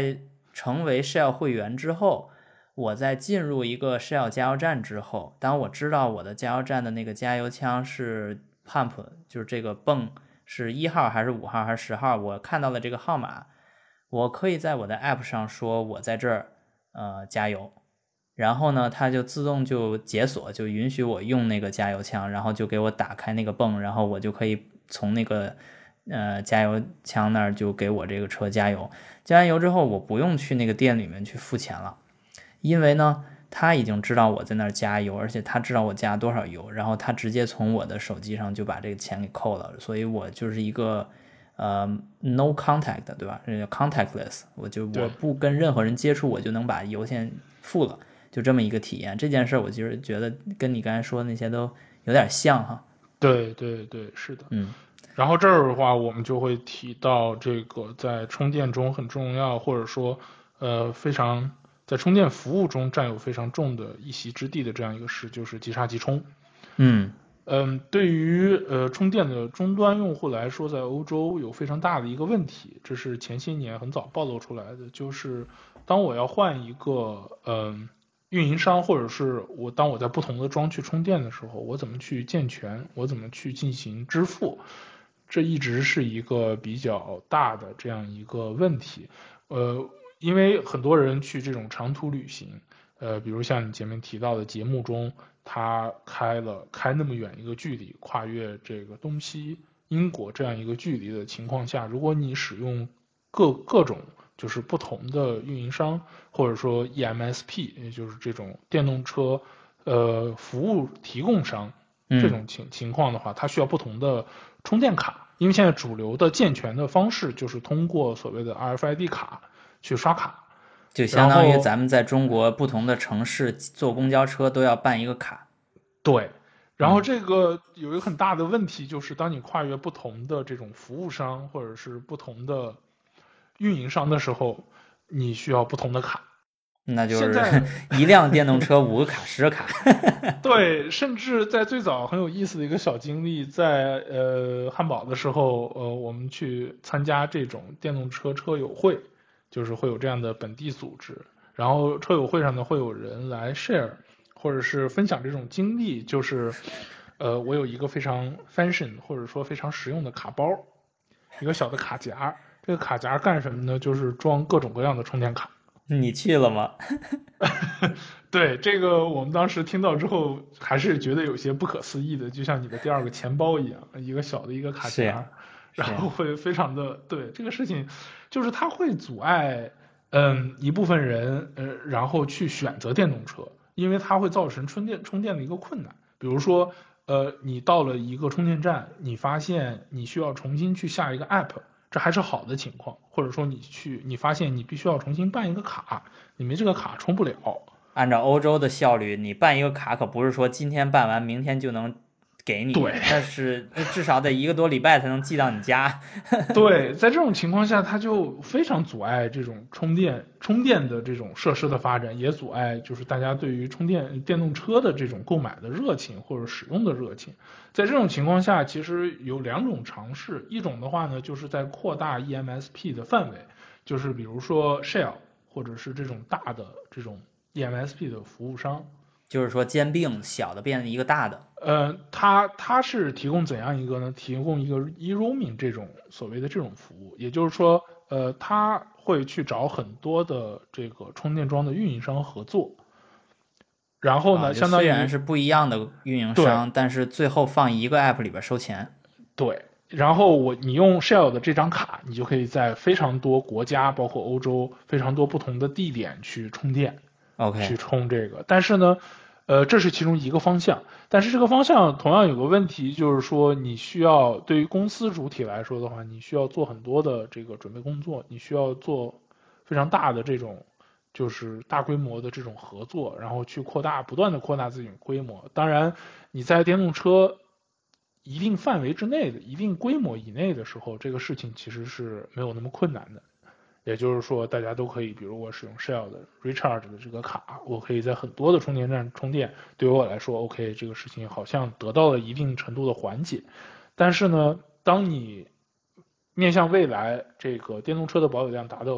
Speaker 1: 成为 Shell 会员之后，我在进入一个 Shell 加油站之后，当我知道我的加油站的那个加油枪是 pump， 就是这个泵是一号还是五号还是十号，我看到了这个号码，我可以在我的 app 上说我在这儿呃加油，然后呢它就自动就解锁，就允许我用那个加油枪，然后就给我打开那个泵，然后我就可以从那个呃加油枪那儿就给我这个车加油。加完油之后，我不用去那个店里面去付钱了，因为呢他已经知道我在那儿加油，而且他知道我加多少油，然后他直接从我的手机上就把这个钱给扣了，所以我就是一个呃 no contact， 对吧？这叫 contactless， 我就我不跟任何人接触，我就能把油钱付了，就这么一个体验。这件事我其实觉得跟你刚才说的那些都有点像哈。
Speaker 3: 对对对，是的，
Speaker 1: 嗯。
Speaker 3: 然后这儿的话，我们就会提到这个在充电中很重要，或者说呃非常在充电服务中占有非常重的一席之地的这样一个事，就是即插即充。
Speaker 1: 嗯
Speaker 3: 嗯，对于呃充电的终端用户来说，在欧洲有非常大的一个问题，这是前些年很早暴露出来的，就是当我要换一个嗯、呃、运营商，或者是我当我在不同的庄去充电的时候，我怎么去健全，我怎么去进行支付，这一直是一个比较大的这样一个问题。呃，因为很多人去这种长途旅行，呃，比如像你前面提到的节目中，他开了开那么远一个距离，跨越这个东西英国这样一个距离的情况下，如果你使用各各种就是不同的运营商，或者说 E M S P， 也就是这种电动车呃服务提供商这种情情况的话，它需要不同的充电卡，因为现在主流的健全的方式就是通过所谓的 R F I D 卡去刷卡，
Speaker 1: 就相当于咱们在中国不同的城市坐公交车都要办一个卡。
Speaker 3: 对，然后这个有一个很大的问题，就是当你跨越不同的这种服务商或者是不同的运营商的时候，你需要不同的卡。
Speaker 1: 那就是一辆电动车五个卡十个卡。
Speaker 3: 对，甚至在最早很有意思的一个小经历，在呃汉堡的时候，呃我们去参加这种电动车车友会，就是会有这样的本地组织，然后车友会上呢会有人来 share 或者是分享这种经历，就是呃我有一个非常 fashion 或者说非常实用的卡包，一个小的卡夹，这个卡夹干什么呢？就是装各种各样的充电卡。
Speaker 1: 你去了吗？
Speaker 3: 对，这个我们当时听到之后还是觉得有些不可思议的，就像你的第二个钱包一样，一个小的一个卡夹，然后会非常的对这个事情，就是它会阻碍嗯一部分人呃然后去选择电动车，因为它会造成充电充电的一个困难。比如说呃你到了一个充电站，你发现你需要重新去下一个 app， 这还是好的情况，或者说你去你发现你必须要重新办一个卡，你没这个卡充不了。
Speaker 1: 按照欧洲的效率，你办一个卡可不是说今天办完明天就能给你，
Speaker 3: 对，
Speaker 1: 但是至少得一个多礼拜才能寄到你家。
Speaker 3: 对，在这种情况下，它就非常阻碍这种充电充电的这种设施的发展，也阻碍就是大家对于充电电动车的这种购买的热情或者使用的热情。在这种情况下，其实有两种尝试，一种的话呢，就是在扩大 E M S P 的范围，就是比如说 Shell 或者是这种大的这种 E M S P 的服务商，
Speaker 1: 就是说兼并小的变成一个大的。
Speaker 3: 呃，它它是提供怎样一个呢？提供一个 e-roaming 这种所谓的这种服务，也就是说，呃，它会去找很多的这个充电桩的运营商合作，然后呢，
Speaker 1: 啊、
Speaker 3: 相当于
Speaker 1: 虽然是不一样的运营商，但是最后放一个 app 里边收钱。
Speaker 3: 对，然后我你用 Shell 的这张卡，你就可以在非常多国家，包括欧洲非常多不同的地点去充电。
Speaker 1: OK，
Speaker 3: 去充这个，但是呢，呃，这是其中一个方向，但是这个方向同样有个问题，就是说你需要对于公司主体来说的话，你需要做很多的这个准备工作，你需要做非常大的这种就是大规模的这种合作，然后去扩大不断的扩大自己的规模。当然，你在电动车一定范围之内的、一定规模以内的时候，这个事情其实是没有那么困难的。也就是说，大家都可以，比如我使用 Shell 的 Recharge 的这个卡，我可以在很多的充电站充电。对于我来说 ，OK， 这个事情好像得到了一定程度的缓解。但是呢，当你面向未来这个电动车的保有量达到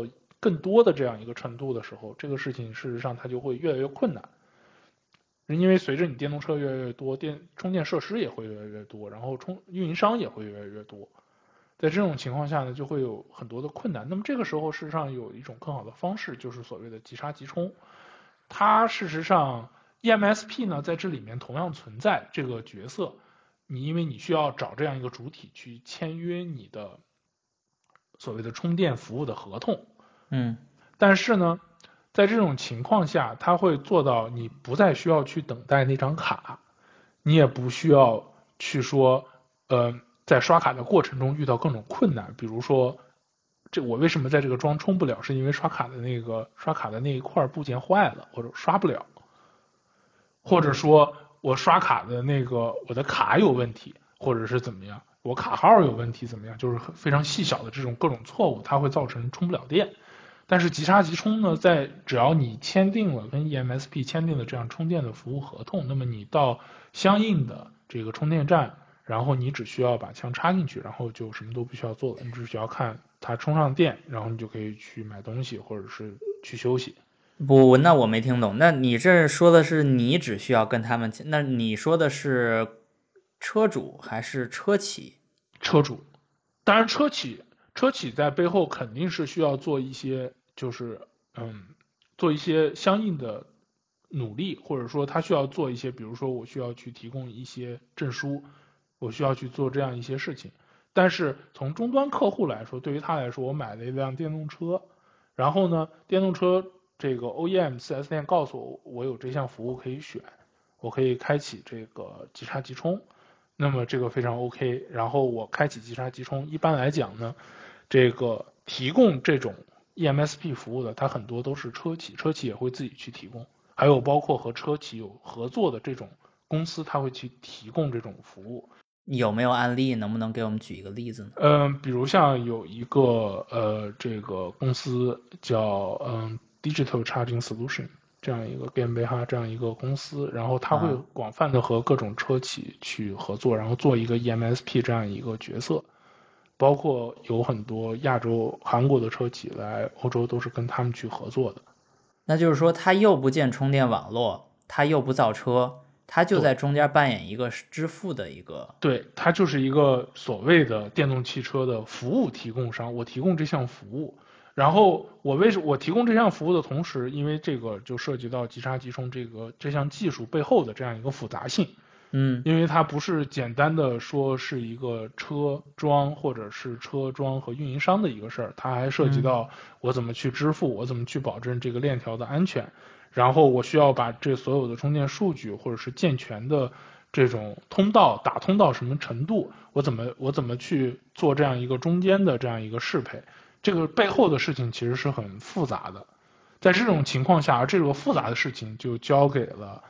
Speaker 3: 更多的这样一个程度的时候，这个事情事实上它就会越来越困难。因为随着你电动车越来越多，电充电设施也会越来越多，然后充运营商也会越来越多，在这种情况下呢，就会有很多的困难。那么这个时候，事实上有一种更好的方式，就是所谓的即插即充。它事实上 E M S P 呢在这里面同样存在这个角色，你因为你需要找这样一个主体去签约你的所谓的充电服务的合同，
Speaker 1: 嗯，
Speaker 3: 但是呢，在这种情况下，它会做到你不再需要去等待那张卡，你也不需要去说，呃，在刷卡的过程中遇到各种困难，比如说，这我为什么在这个桩充不了，是因为刷卡的那个刷卡的那一块部件坏了，或者刷不了，或者说我刷卡的那个我的卡有问题，或者是怎么样，我卡号有问题怎么样，就是非常细小的这种各种错误，它会造成充不了电。但是即插即充呢，在只要你签订了跟 E M S P 签订的这样充电的服务合同，那么你到相应的这个充电站，然后你只需要把枪插进去，然后就什么都不需要做了，你只需要看它充上电，然后你就可以去买东西或者是去休息。
Speaker 1: 不，那我没听懂。那你这说的是你只需要跟他们签，那你说的是车主还是车企？
Speaker 3: 车主，当然车企，车企在背后肯定是需要做一些，就是嗯，做一些相应的努力，或者说他需要做一些，比如说我需要去提供一些证书，我需要去做这样一些事情。但是从终端客户来说，对于他来说，我买了一辆电动车，然后呢，电动车这个 O E M 四 S 店告诉我，我有这项服务可以选，我可以开启这个即插即充，那么这个非常 OK。然后我开启即插即充，一般来讲呢，这个提供这种 E M S P 服务的，它很多都是车企，车企也会自己去提供，还有包括和车企有合作的这种公司，它会去提供这种服务。
Speaker 1: 有没有案例？能不能给我们举一个例子呢？
Speaker 3: 嗯、呃，比如像有一个呃，这个公司叫嗯 Digital Charging Solution 这样一个 GmbH 这样一个公司，然后它会广泛的和各种车企去合作，然后做一个 E M S P 这样一个角色，包括有很多亚洲、韩国的车企来欧洲都是跟他们去合作的。
Speaker 1: 那就是说，它又不建充电网络，它又不造车。它就在中间扮演一个支付的一个，
Speaker 3: 对，它就是一个所谓的电动汽车的服务提供商，我提供这项服务，然后我为什我提供这项服务的同时，因为这个就涉及到即插即充这个这项技术背后的这样一个复杂性，
Speaker 1: 嗯，
Speaker 3: 因为它不是简单的说是一个车桩或者是车桩和运营商的一个事儿，它还涉及到我怎么去支付，我怎么去保证这个链条的安全。然后我需要把这所有的充电数据或者是健全的这种通道打通到什么程度，我怎么我怎么去做这样一个中间的这样一个适配，这个背后的事情其实是很复杂的。在这种情况下，这个复杂的事情就交给了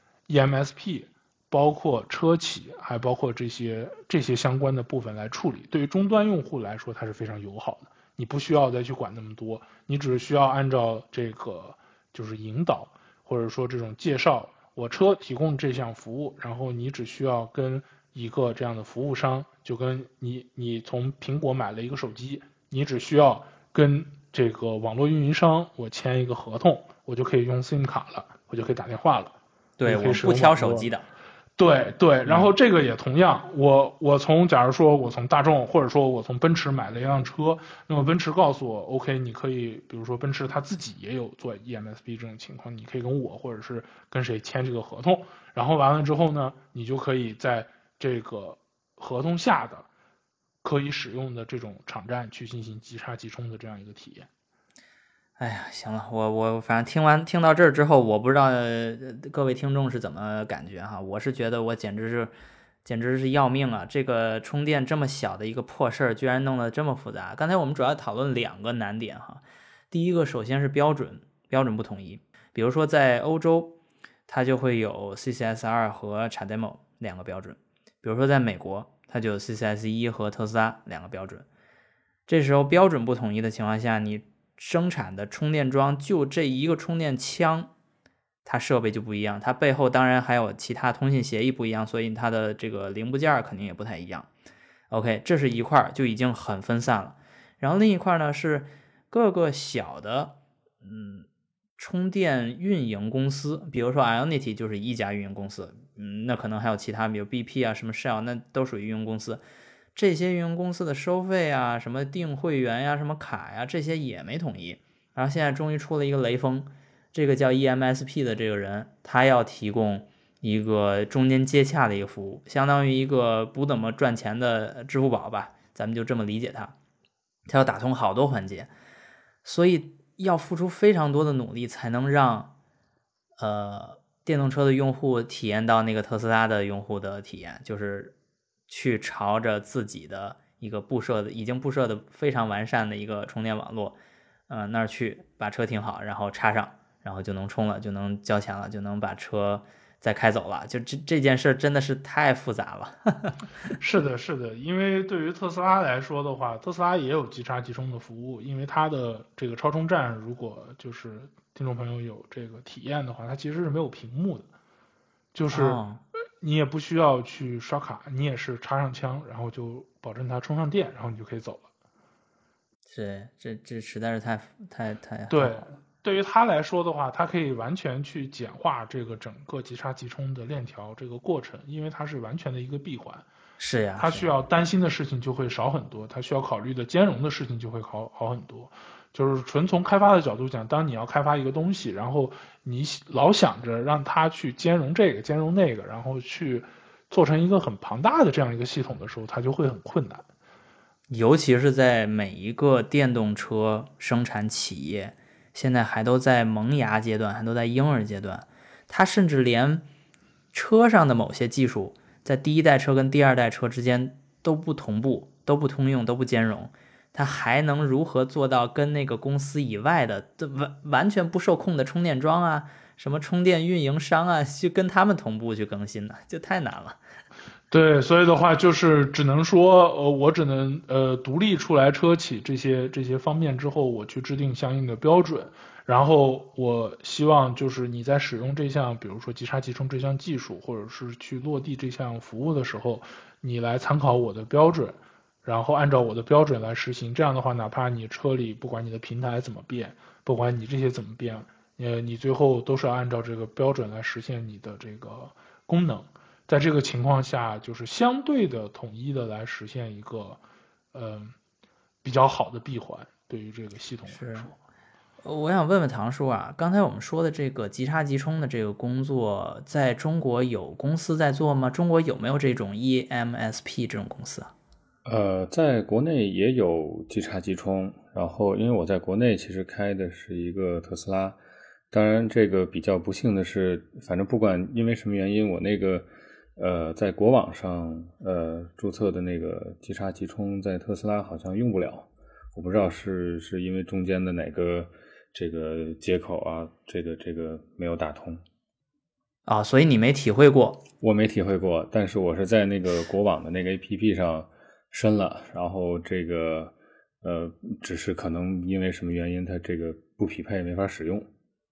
Speaker 3: E M S P， 包括车企，还包括这些这些相关的部分来处理。对于终端用户来说，它是非常友好的，你不需要再去管那么多，你只需要按照这个就是引导或者说这种介绍，我车提供这项服务，然后你只需要跟一个这样的服务商，就跟你你从苹果买了一个手机，你只需要跟这个网络运营商我签一个合同，我就可以用 SIM 卡了，我就可以打电话了。
Speaker 1: 对，我不挑手机的。
Speaker 3: 对对，然后这个也同样，我我从假如说我从大众或者说我从奔驰买了一辆车，那么奔驰告诉我 OK， 你可以比如说奔驰他自己也有做 E M S P 这种情况，你可以跟我或者是跟谁签这个合同，然后完了之后呢，你就可以在这个合同下的可以使用的这种场站去进行即插即充的这样一个体验。
Speaker 1: 哎呀，行了，我我反正听完听到这儿之后，我不知道、呃、各位听众是怎么感觉哈。我是觉得我简直是简直是要命啊！这个充电这么小的一个破事儿，居然弄得这么复杂。刚才我们主要讨论两个难点哈。第一个，首先是标准，标准不统一。比如说在欧洲，它就会有 C C S 二 和 C H A D E M O 两个标准；比如说在美国，它就有 C C S 一 和特斯拉两个标准。这时候标准不统一的情况下，你生产的充电桩就这一个充电枪，它设备就不一样，它背后当然还有其他通信协议不一样，所以它的这个零部件肯定也不太一样。OK， 这是一块就已经很分散了。然后另一块呢是各个小的嗯充电运营公司，比如说 Ionity 就是一家运营公司，嗯，那可能还有其他，比如 B P 啊，什么 Shell， 那都属于运营公司。这些运营公司的收费啊，什么订会员呀、啊，什么卡呀、啊，这些也没统一。然后现在终于出了一个雷锋，这个叫 E M S P 的这个人，他要提供一个中间接洽的一个服务，相当于一个不怎么赚钱的支付宝吧，咱们就这么理解它。它要打通好多环节，所以要付出非常多的努力，才能让呃电动车的用户体验到那个特斯拉的用户的体验，就是去朝着自己的一个布设的已经布设的非常完善的一个充电网络，呃那儿去把车停好，然后插上，然后就能充了，就能交钱了，就能把车再开走了。就这这件事真的是太复杂了。
Speaker 3: 是的，是的，因为对于特斯拉来说的话，特斯拉也有即插即充的服务，因为它的这个超充站，如果就是听众朋友有这个体验的话，它其实是没有屏幕的，就是你也不需要去刷卡，你也是插上枪，然后就保证它充上电，然后你就可以走了。
Speaker 1: 是，这这实在是太太太
Speaker 3: 对。
Speaker 1: 太好了。
Speaker 3: 对于它来说的话，它可以完全去简化这个整个即插即充的链条这个过程，因为它是完全的一个闭环。
Speaker 1: 是呀，
Speaker 3: 它需要担心的事情就会少很多，它需要考虑的兼容的事情就会好好很多。就是纯从开发的角度讲，当你要开发一个东西，然后你老想着让它去兼容这个兼容那个，然后去做成一个很庞大的这样一个系统的时候，它就会很困难。
Speaker 1: 尤其是在每一个电动车生产企业现在还都在萌芽阶段，还都在婴儿阶段，它甚至连车上的某些技术在第一代车跟第二代车之间都不同步，都不通用，都不兼容。它还能如何做到跟那个公司以外的完完全不受控的充电桩啊，什么充电运营商啊，去跟他们同步去更新呢？就太难了。
Speaker 3: 对，所以的话就是只能说，呃，我只能呃独立出来车企这些这些方面之后，我去制定相应的标准。然后我希望就是你在使用这项，比如说即插即充这项技术，或者是去落地这项服务的时候，你来参考我的标准，然后按照我的标准来实行。这样的话，哪怕你车里不管你的平台怎么变，不管你这些怎么变，呃，你最后都是要按照这个标准来实现你的这个功能。在这个情况下，就是相对的统一的来实现一个，呃，比较好的闭环，对于这个系统来说。
Speaker 1: 我想问问唐叔啊，刚才我们说的这个即插即充的这个工作，在中国有公司在做吗？中国有没有这种 E M S P 这种公司啊？
Speaker 2: 呃，在国内也有即插即充，然后因为我在国内其实开的是一个特斯拉，当然这个比较不幸的是，反正不管因为什么原因，我那个呃在国网上呃注册的那个即插即充在特斯拉好像用不了，我不知道是是因为中间的哪个这个接口啊，这个这个没有打通
Speaker 1: 啊，所以你没体会过？
Speaker 2: 我没体会过，但是我是在那个国网的那个 A P P 上申了，然后这个呃，只是可能因为什么原因，它这个不匹配，没法使用。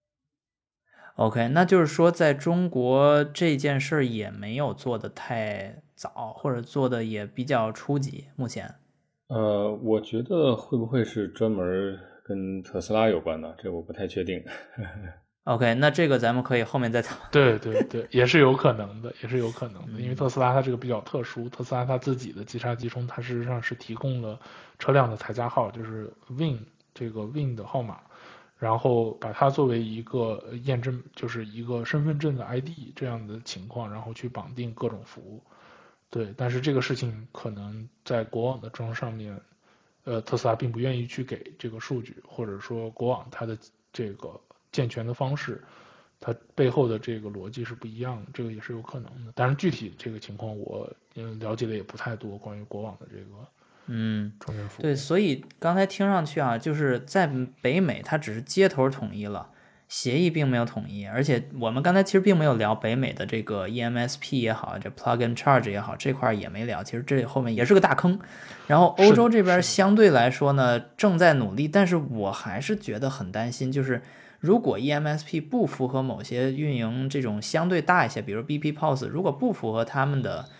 Speaker 1: OK， 那就是说，在中国这件事也没有做得太早，或者做的也比较初级，目前。
Speaker 2: 呃，我觉得会不会是专门跟特斯拉有关呢？这我不太确定。
Speaker 1: OK， 那这个咱们可以后面再讨
Speaker 3: 论。对对对，也是有可能的，也是有可能的，因为特斯拉它这个比较特殊，特斯拉它自己的即插即充，它事实上是提供了车辆的裁加号，就是 V I N 这个 V I N 的号码，然后把它作为一个验证，就是一个身份证的 I D 这样的情况，然后去绑定各种服务。对，但是这个事情可能在国网的装上面，呃，特斯拉并不愿意去给这个数据，或者说国网它的这个健全的方式，它背后的这个逻辑是不一样的，这个也是有可能的。但是具体这个情况我嗯了解的也不太多，关于国网的这个
Speaker 1: 嗯
Speaker 3: 充电服务。
Speaker 1: 对，所以刚才听上去啊，就是在北美它只是接头统一了。协议并没有统一，而且我们刚才其实并没有聊北美的这个 E M S P 也好，这 Plug and Charge 也好，这块也没聊。其实这后面也是个大坑。然后欧洲这边相对来说呢，正在努力，但是我还是觉得很担心，就是如果 E M S P 不符合某些运营这种相对大一些，比如 B P P O S， 如果不符合他们的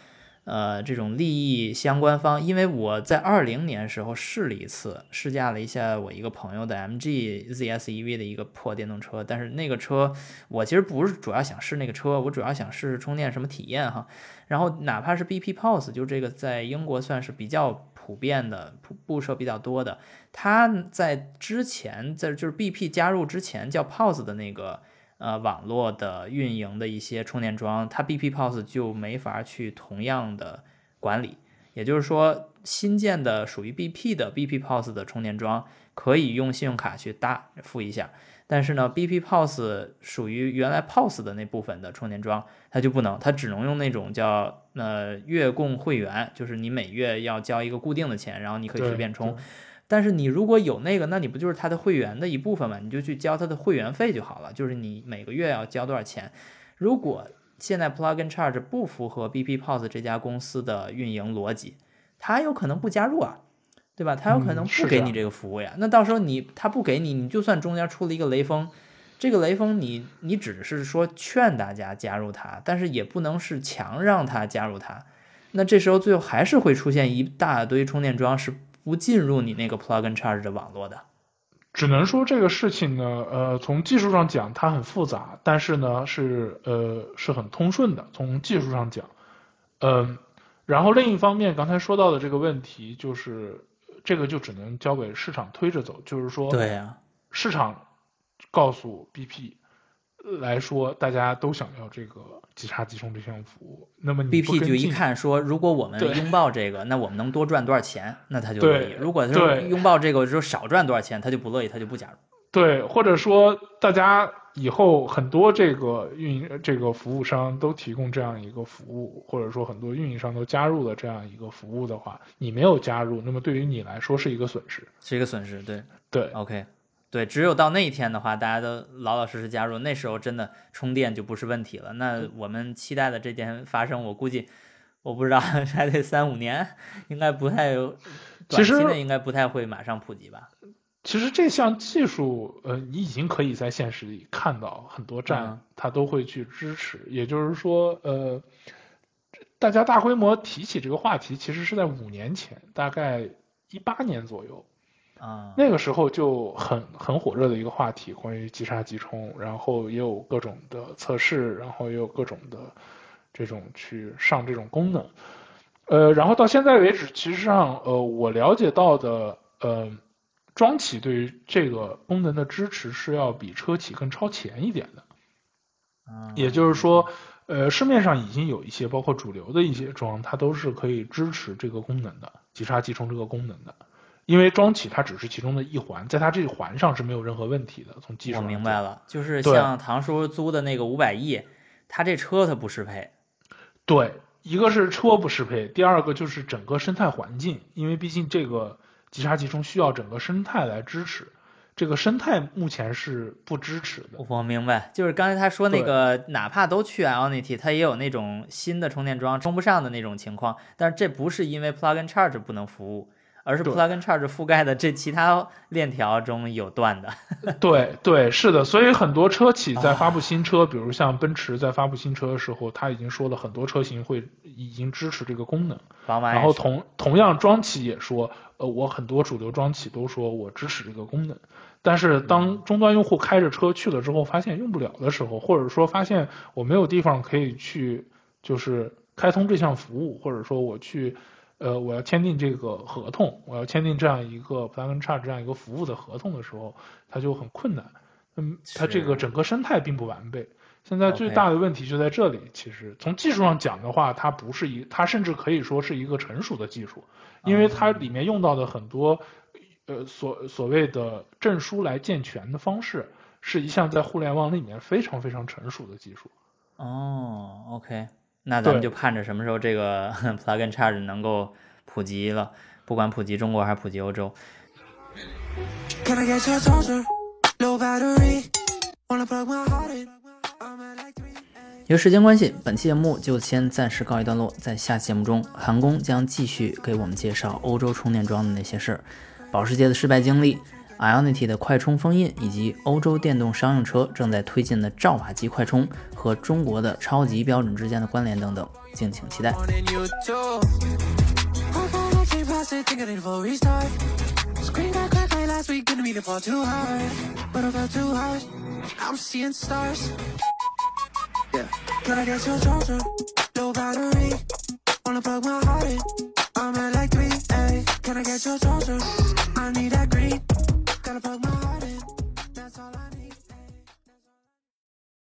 Speaker 1: 呃，这种利益相关方，因为我在二零年时候试了一次，试驾了一下我一个朋友的 M G Z S E V 的一个破电动车，但是那个车我其实不是主要想试那个车，我主要想试试充电什么体验哈。然后哪怕是 B P P O S， 就这个在英国算是比较普遍的、布设比较多的，它在之前在就是 B P 加入之前叫 P O S 的那个。呃，网络的运营的一些充电桩，它 B P P O S 就没法去同样的管理，也就是说，新建的属于 B P 的 B P P O S 的充电桩可以用信用卡去搭付一下，但是呢 ，B P P O S 属于原来 P O S 的那部分的充电桩，它就不能，它只能用那种叫呃月供会员，就是你每月要交一个固定的钱，然后你可以随便充。但是你如果有那个，那你不就是他的会员的一部分吗？你就去交他的会员费就好了，就是你每个月要交多少钱。如果现在 Plug and Charge 不符合 B P P O S 这家公司的运营逻辑，他有可能不加入啊，对吧？他有可能不给你这个服务呀。嗯、那到时候你他不给你，你就算中间出了一个雷锋，这个雷锋你你只是说劝大家加入他，但是也不能是强让他加入他。那这时候最后还是会出现一大堆充电桩是不进入你那个 Plug and Charge 的网络的。
Speaker 3: 只能说这个事情呢，呃，从技术上讲它很复杂，但是呢是呃是很通顺的，从技术上讲，嗯、呃，然后另一方面刚才说到的这个问题就是这个就只能交给市场推着走，就是说，
Speaker 1: 对呀、啊，
Speaker 3: 市场告诉 B P 来说，大家都想要这个即插即充这项服务，那么你
Speaker 1: B P 就一看说，如果我们拥抱这个，那我们能多赚多少钱，那他就乐意；如果是拥抱这个就少赚多少钱，他就不乐意，他就不加入。
Speaker 3: 对，或者说大家以后很多这个运这个服务商都提供这样一个服务，或者说很多运营商都加入了这样一个服务的话，你没有加入，那么对于你来说是一个损失，
Speaker 1: 是一个损失，对
Speaker 3: 对
Speaker 1: ，OK。对，只有到那一天的话，大家都老老实实加入，那时候真的充电就不是问题了。那我们期待的这件发生，我估计我不知道还得三五年，应该不太，短期内应该不太会马上普及吧。
Speaker 3: 其实这项技术，呃，你已经可以在现实里看到很多站它都会去支持，嗯、也就是说，呃，大家大规模提起这个话题，其实是在五年前，大概一八年左右。
Speaker 1: 啊，
Speaker 3: 那个时候就很很火热的一个话题，关于即插即充，然后也有各种的测试，然后也有各种的这种去上这种功能，呃，然后到现在为止，其实上呃我了解到的呃装企对于这个功能的支持是要比车企更超前一点的，
Speaker 1: 啊，
Speaker 3: 也就是说，呃市面上已经有一些包括主流的一些装，它都是可以支持这个功能的，即插即充这个功能的。因为装企它只是其中的一环，在它这一环上是没有任何问题的。从技术上，
Speaker 1: 我明白了，就是像唐叔租的那个五百亿，他这车它不适配。
Speaker 3: 对，一个是车不适配，第二个就是整个生态环境，因为毕竟这个即插即充需要整个生态来支持，这个生态目前是不支持的。
Speaker 1: 我明白，就是刚才他说那个，哪怕都去 Ionity， 它也有那种新的充电桩充不上的那种情况，但是这不是因为 Plug and Charge 不能服务。而是 Plug and Charge 覆盖的这其他链条中有断的。
Speaker 3: 对对，是的，所以很多车企在发布新车，啊、比如像奔驰在发布新车的时候，他已经说了很多车型会已经支持这个功能。然后同同样装企也说，呃，我很多主流装企都说我支持这个功能，但是当终端用户开着车去了之后，发现用不了的时候，或者说发现我没有地方可以去，就是开通这项服务，或者说我去。呃，我要签订这个合同，我要签订这样一个 Plug and Charge 这样一个服务的合同的时候，它就很困难。嗯，它这个整个生态并不完备。现在最大的问题就在这里。Okay. 其实从技术上讲的话，它不是一，它甚至可以说是一个成熟的技术，因为它里面用到的很多，呃，所所谓的证书来健全的方式，是一项在互联网里面非常非常成熟的技术。
Speaker 1: 哦 ，OK。那咱们就盼着什么时候这个 Plug and Charge 能够普及了，不管普及中国还是普及欧洲。由于时间关系，本期节目就先暂时告一段落。在下期节目中，韩工将继续给我们介绍欧洲充电桩的那些事儿，保时捷的失败经历， Ionity 的快充封印，以及欧洲电动商用车正在推进的兆瓦级快充和中国的超级标准之间的关联等等，敬请期待。
Speaker 4: Can I get your charger? Low battery. Wanna plug my heart in? I'm at like three. Ay. Can I get your charger? I need that green.